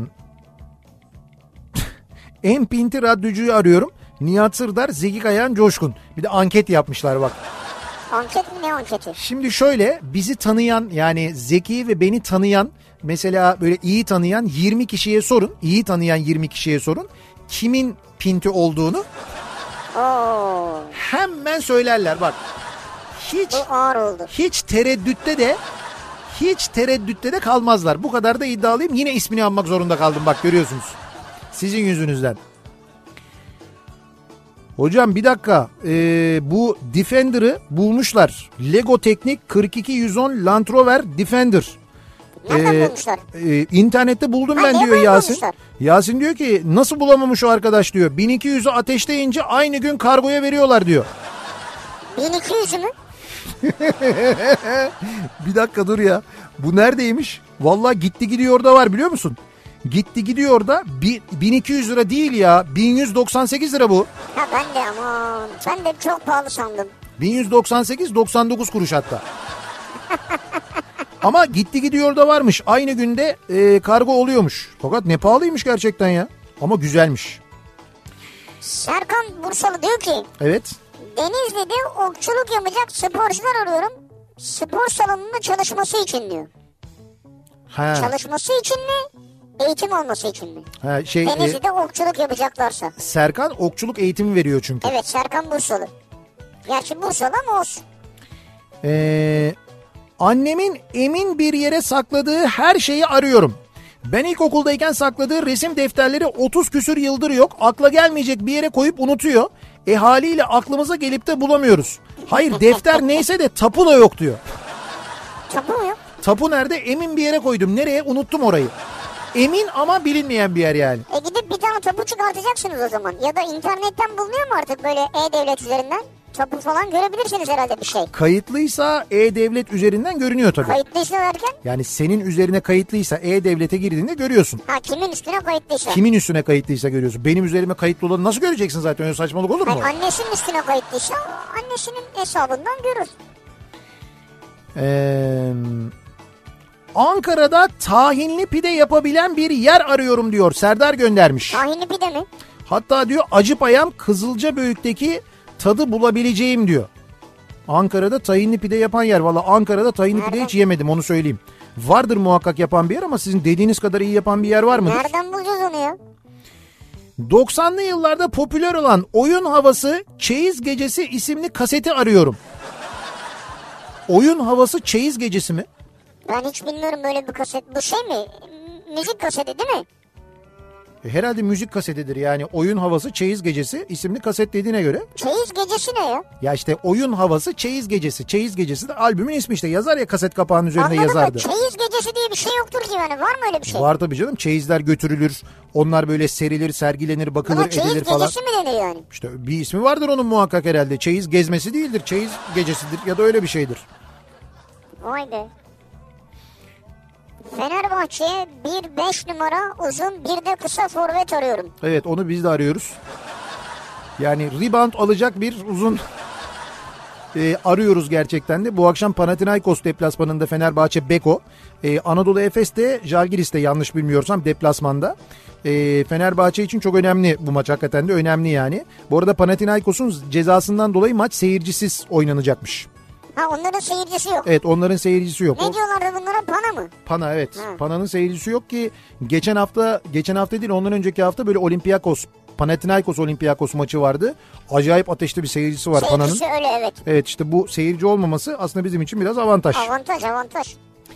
en pinti radyocuyu arıyorum. Nihat Sırdar, Zeki Kayan Coşkun. Bir de anket yapmışlar bak. Anket mi, ne anketi? Şimdi şöyle, bizi tanıyan, yani Zeki'yi ve beni tanıyan, mesela böyle iyi tanıyan yirmi kişiye sorun. İyi tanıyan yirmi kişiye sorun. Kimin pinti olduğunu Oo. hemen söylerler bak. Hiç Bu ağır oldu. Hiç tereddütte de hiç tereddütte de kalmazlar. Bu kadar da iddialıyım. Yine ismini anmak zorunda kaldım bak, görüyorsunuz. Sizin yüzünüzden. Hocam bir dakika, ee, bu Defender'ı bulmuşlar. Lego Teknik kırk iki yüz on Land Rover Defender. Nereden ee, bulmuşlar? E, internette buldum ha, ben diyor Yasin. Bulmuşlar? Yasin diyor ki nasıl bulamamış o arkadaş diyor. bin iki yüzü ateşleyince aynı gün kargoya veriyorlar diyor. bin iki yüz mü? Bir dakika dur ya. Bu neredeymiş? Vallahi gitti gidiyor da var, biliyor musun? Gitti gidiyor da bin iki yüz lira değil ya. bin yüz doksan sekiz lira bu. Ha ben de aman. Ben de çok pahalı sandım. bin yüz doksan sekiz doksan dokuz kuruş hatta. Ama gitti gidiyor da varmış. Aynı günde e, kargo oluyormuş. Fakat ne pahalıymış gerçekten ya. Ama güzelmiş. Serkan Bursalı diyor ki. Evet. Denizli'de okçuluk yapacak sporcular arıyorum. Spor salonunda çalışması için diyor. Ha. Çalışması için mi? Eğitim alması için mi? Ha, şey, Denizli'de e, okçuluk yapacaklarsa. Serkan okçuluk eğitimi veriyor çünkü. Evet, Serkan Bursalı. Gerçi Bursalı ama olsun. Ee, annemin emin bir yere sakladığı her şeyi arıyorum. Ben ilkokuldayken sakladığı resim defterleri otuz küsür yıldır yok. Akla gelmeyecek bir yere koyup unutuyor. E haliyle aklımıza gelip de bulamıyoruz. Hayır, defter neyse de tapu da yok diyor. Tapu mu yok? Tapu nerede? Emin bir yere koydum. Nereye? Unuttum orayı. Emin ama bilinmeyen bir yer yani. E gidip bir tane tapu çıkartacaksınız o zaman. Ya da internetten bulunuyor mu artık böyle E-Devlet üzerinden? Tapu falan görebilirsiniz herhalde bir şey. Kayıtlıysa E-Devlet üzerinden görünüyor tabii. Kayıtlıysa derken? Yani senin üzerine kayıtlıysa E-Devlet'e girdiğinde görüyorsun. Ha, kimin üstüne kayıtlıysa? Kimin üstüne kayıtlıysa görüyorsun. Benim üzerime kayıtlı olanı nasıl göreceksin zaten? Öyle saçmalık olur mu? Yani annesinin üstüne kayıtlıysa annesinin hesabından görür. Ee, Ankara'da tahinli pide yapabilen bir yer arıyorum diyor. Serdar göndermiş. Tahinli pide mi? Hatta diyor Acıpayam Kızılcaböğüt'teki tadı bulabileceğim diyor. Ankara'da tahinli pide yapan yer. Valla Ankara'da tahinli pide hiç yemedim, onu söyleyeyim. Vardır muhakkak yapan bir yer ama sizin dediğiniz kadar iyi yapan bir yer var mıdır? Nereden bulacağız onu ya? doksanlı yıllarda popüler olan Oyun Havası Çeyiz Gecesi isimli kaseti arıyorum. Oyun Havası Çeyiz Gecesi mi? Ben hiç bilmiyorum böyle bir kaset. Bu şey mi? Müzik kaseti değil mi? Herhalde müzik kasetidir yani. Oyun Havası Çeyiz Gecesi isimli kaset dediğine göre. Çeyiz Gecesi ne ya? Ya işte Oyun Havası Çeyiz Gecesi. Çeyiz Gecesi de albümün ismi işte. Yazar ya, kaset kapağının üzerinde Anladım yazardı. da Çeyiz Gecesi diye bir şey yoktur ki yani. Var mı öyle bir şey? Var tabii canım. Çeyizler götürülür. Onlar böyle serilir, sergilenir, bakılır, Buna edilir Çeyiz falan. Gecesi mi denir yani? İşte bir ismi vardır onun muhakkak herhalde. Çeyiz gezmesi değildir. Çeyiz gecesidir ya da öyle bir şeydir. Vay be. Fenerbahçe'ye bir beş numara uzun bir de kısa forvet arıyorum. Evet, onu biz de arıyoruz. Yani rebound alacak bir uzun e, arıyoruz gerçekten de. Bu akşam Panathinaikos deplasmanında Fenerbahçe Beko. E, Anadolu Efes de Žalgiris'te yanlış bilmiyorsam deplasmanda. E, Fenerbahçe için çok önemli bu maç, hakikaten de önemli yani. Bu arada Panathinaikos'un cezasından dolayı maç seyircisiz oynanacakmış. Ha, onların seyircisi yok. Evet, onların seyircisi yok. Ne O, diyorlardı bunlara, Pana mı? Pana evet. Ha. Pana'nın seyircisi yok ki geçen hafta geçen hafta değil ondan önceki hafta böyle Olympiakos, Panathinaikos Olympiakos maçı vardı. Acayip ateşli bir seyircisi var Pana'nın. Seyircisi öyle, evet. Evet, işte bu seyirci olmaması aslında bizim için biraz avantaj. Avantaj avantaj.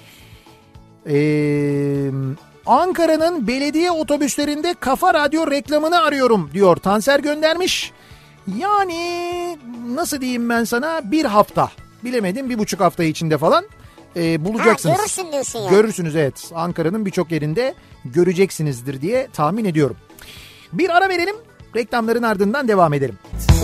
Ee, Ankara'nın belediye otobüslerinde Kafa Radyo reklamını arıyorum diyor. Tanser göndermiş. Yani nasıl diyeyim ben sana, bir hafta. bilemedim bir buçuk hafta içinde falan e, bulacaksınız. Ha, görürsün diyorsun ya. Görürsünüz evet. Ankara'nın birçok yerinde göreceksinizdir diye tahmin ediyorum. Bir ara verelim. Reklamların ardından devam edelim.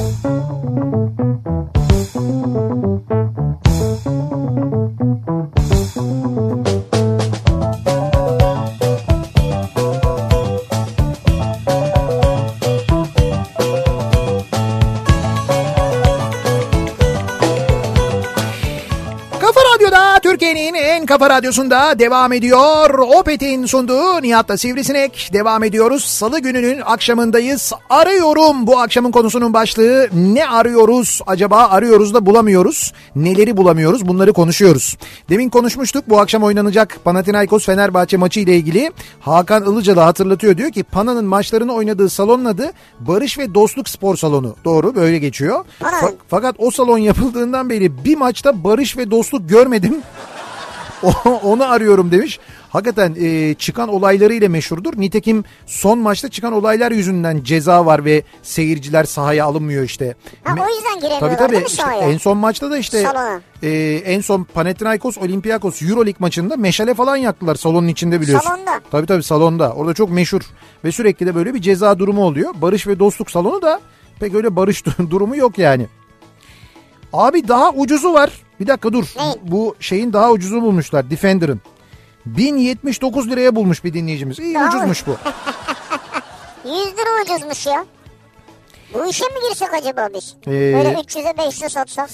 Türkiye'nin en kafa radyosunda devam ediyor. Opet'in sunduğu Nihat'la Sivrisinek. Devam ediyoruz. Salı gününün akşamındayız. Arıyorum. Bu akşamın konusunun başlığı ne arıyoruz? Acaba arıyoruz da bulamıyoruz. Neleri bulamıyoruz? Bunları konuşuyoruz. Demin konuşmuştuk. Bu akşam oynanacak Panathinaikos Fenerbahçe maçı ile ilgili Hakan Ilıcalı hatırlatıyor. Diyor ki Pana'nın maçlarını oynadığı salonun adı Barış ve Dostluk Spor Salonu. Doğru, böyle geçiyor. Fa- fakat o salon yapıldığından beri bir maçta barış ve dostluk görmedim. Onu arıyorum demiş. Hakikaten e, çıkan olaylarıyla meşhurdur. Nitekim son maçta çıkan olaylar yüzünden ceza var ve seyirciler sahaya alınmıyor işte. Ha, o yüzden giremiyorlar tabii, tabii. değil mi İşte sahaya? en son maçta da işte e, en son Panathinaikos Olympiakos Euroleague maçında meşale falan yaktılar salonun içinde biliyorsun. Salonda. Tabii tabii salonda. Orada çok meşhur ve sürekli de böyle bir ceza durumu oluyor. Barış ve dostluk salonu da pek öyle barış durumu yok yani. Abi daha ucuzu var. Bir dakika dur. Ne? Bu şeyin daha ucuzunu bulmuşlar. Defender'ın. bin yetmiş dokuz liraya bulmuş bir dinleyicimiz. İyi daha ucuzmuş bu. yüz lira ucuzmuş ya. Bu işe mi girsek acaba biz? Ee, Böyle üç yüze beş yüze satsak.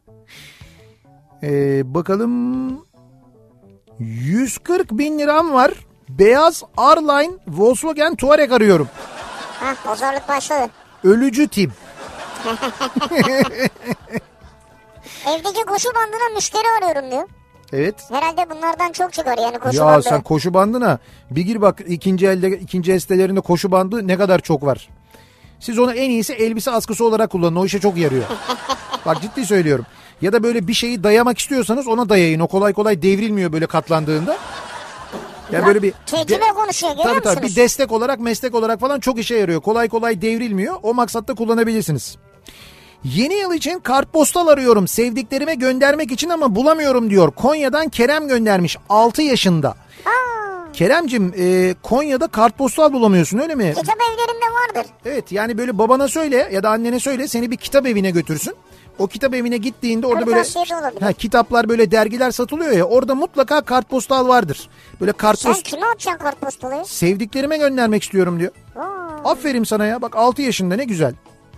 Ee, bakalım. yüz kırk bin liram var. Beyaz R-Line Volkswagen Touareg arıyorum. Ha, pazarlık başladı. Ölücü tim. Evdeki koşu bandına müşteri arıyorum diyor. Evet. Herhalde bunlardan çok çıkar yani koşu ya bandı. sen koşu bandına bir gir bak ikinci elde ikinci el sitelerinde koşu bandı ne kadar çok var. Siz onu en iyisi elbise askısı olarak kullanın. O işe çok yarıyor. Bak ciddi söylüyorum. Ya da böyle bir şeyi dayamak istiyorsanız ona dayayın. O kolay kolay devrilmiyor böyle katlandığında. Yani böyle bir tecrübe de, konuşuyor görüyor tabii, musunuz? Tabii bir destek olarak meslek olarak falan çok işe yarıyor. Kolay kolay devrilmiyor. O maksatta kullanabilirsiniz. Yeni yıl için kartpostal arıyorum sevdiklerime göndermek için ama bulamıyorum diyor. Konya'dan Kerem göndermiş altı yaşında. Aa. Keremcim e, Konya'da kartpostal bulamıyorsun öyle mi? Kitap evlerinde vardır. Evet yani böyle babana söyle ya da annene söyle seni bir kitap evine götürsün. O kitap evine gittiğinde orada böyle ha, kitaplar böyle dergiler satılıyor ya orada mutlaka kartpostal vardır. Böyle kartpostal. Sen kime atacaksın kartpostalı? Sevdiklerime göndermek istiyorum diyor. Aa. Aferin sana ya bak altı yaşında ne güzel.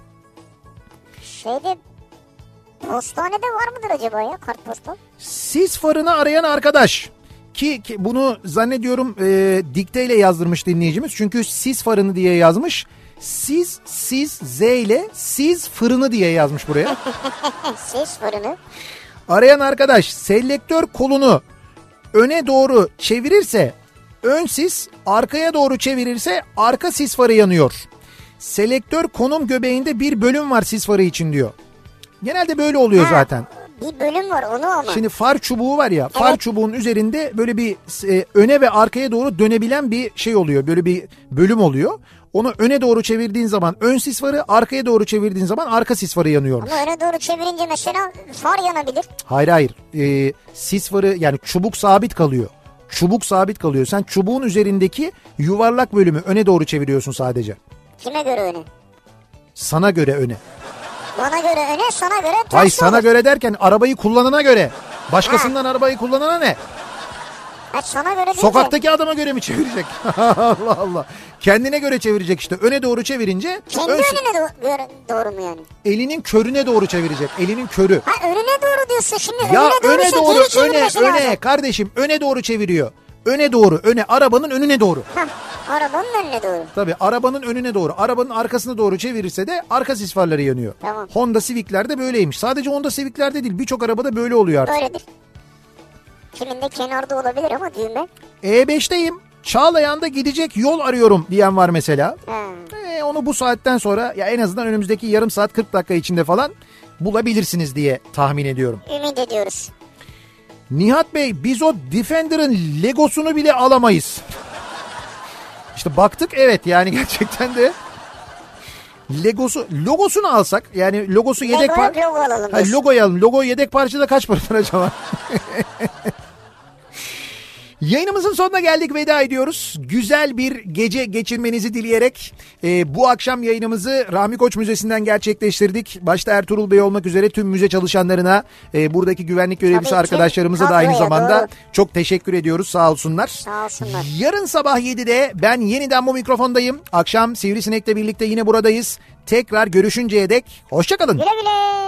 Şeyde postanede var mıdır acaba ya kartpostal? Sis farını arayan arkadaş ki, ki bunu zannediyorum e, dikteyle yazdırmış dinleyicimiz çünkü sis farını diye yazmış. Siz, siz, Z ile siz fırını diye yazmış buraya. Sis fırını. Arayan arkadaş selektör kolunu öne doğru çevirirse ön sis, arkaya doğru çevirirse arka sis farı yanıyor. Selektör konum göbeğinde bir bölüm var sis farı için diyor. Genelde böyle oluyor ha, zaten. Bir bölüm var onu ama. Şimdi far çubuğu var ya, far evet. Çubuğun üzerinde böyle bir e, öne ve arkaya doğru dönebilen bir şey oluyor. Böyle bir bölüm oluyor. Onu öne doğru çevirdiğin zaman ön sis farı, arkaya doğru çevirdiğin zaman arka sis farı yanıyormuş. Ama öne doğru çevirince mesela far yanabilir. Hayır hayır. Ee, sis farı yani çubuk sabit kalıyor. Çubuk sabit kalıyor. Sen çubuğun üzerindeki yuvarlak bölümü öne doğru çeviriyorsun sadece. Kime göre öne? Sana göre öne. Bana göre öne, sana göre ters. Hayır sana olur. göre derken arabayı kullanana göre. Başkasından ha. Arabayı kullanana ne? Ha, sana göre değil sokaktaki ki. Adama göre mi çevirecek? Allah Allah. Kendine göre çevirecek işte. Öne doğru çevirince. Kendi ön... önüne do- doğru mu yani? Elinin körüne doğru çevirecek. Elinin körü. Ha önüne doğru diyorsun şimdi. Ya önüne doğru, öne doğru, öne, öne lazım. kardeşim öne doğru çeviriyor. Öne doğru, öne, arabanın önüne doğru. Hah, arabanın önüne doğru. Tabii arabanın önüne doğru. Arabanın arkasına doğru çevirirse de arka sis farları yanıyor. Tamam. Honda Civic'lerde böyleymiş. Sadece Honda Civic'lerde değil, birçok arabada böyle oluyor artık. Öyledir. Kiminde kenarda olabilir ama düğme. E beşteyim. Çağlayan'da gidecek yol arıyorum diyen var mesela. Hmm. E, onu bu saatten sonra ya en azından önümüzdeki yarım saat kırk dakika içinde falan bulabilirsiniz diye tahmin ediyorum. Ümit ediyoruz. Nihat Bey biz o Defender'ın Legosunu bile alamayız. İşte baktık evet yani gerçekten de Legosu, logosunu alsak yani logosu yedek Lego parça. logo alalım Ha, biz. logo alalım. Logo yedek parçada kaç paradan acaba? Yayınımızın sonuna geldik, veda ediyoruz. Güzel bir gece geçirmenizi dileyerek e, bu akşam yayınımızı Rahmi Koç Müzesi'nden gerçekleştirdik. Başta Ertuğrul Bey olmak üzere tüm müze çalışanlarına, e, buradaki güvenlik görevlisi Tabii ki. arkadaşlarımıza da aynı Kadroya, zamanda doğru. çok teşekkür ediyoruz, sağ olsunlar. Sağ olsunlar. Yarın sabah yedide ben yeniden bu mikrofondayım. Akşam Sivrisinek'le birlikte yine buradayız. Tekrar görüşünceye dek hoşça kalın. Güle güle.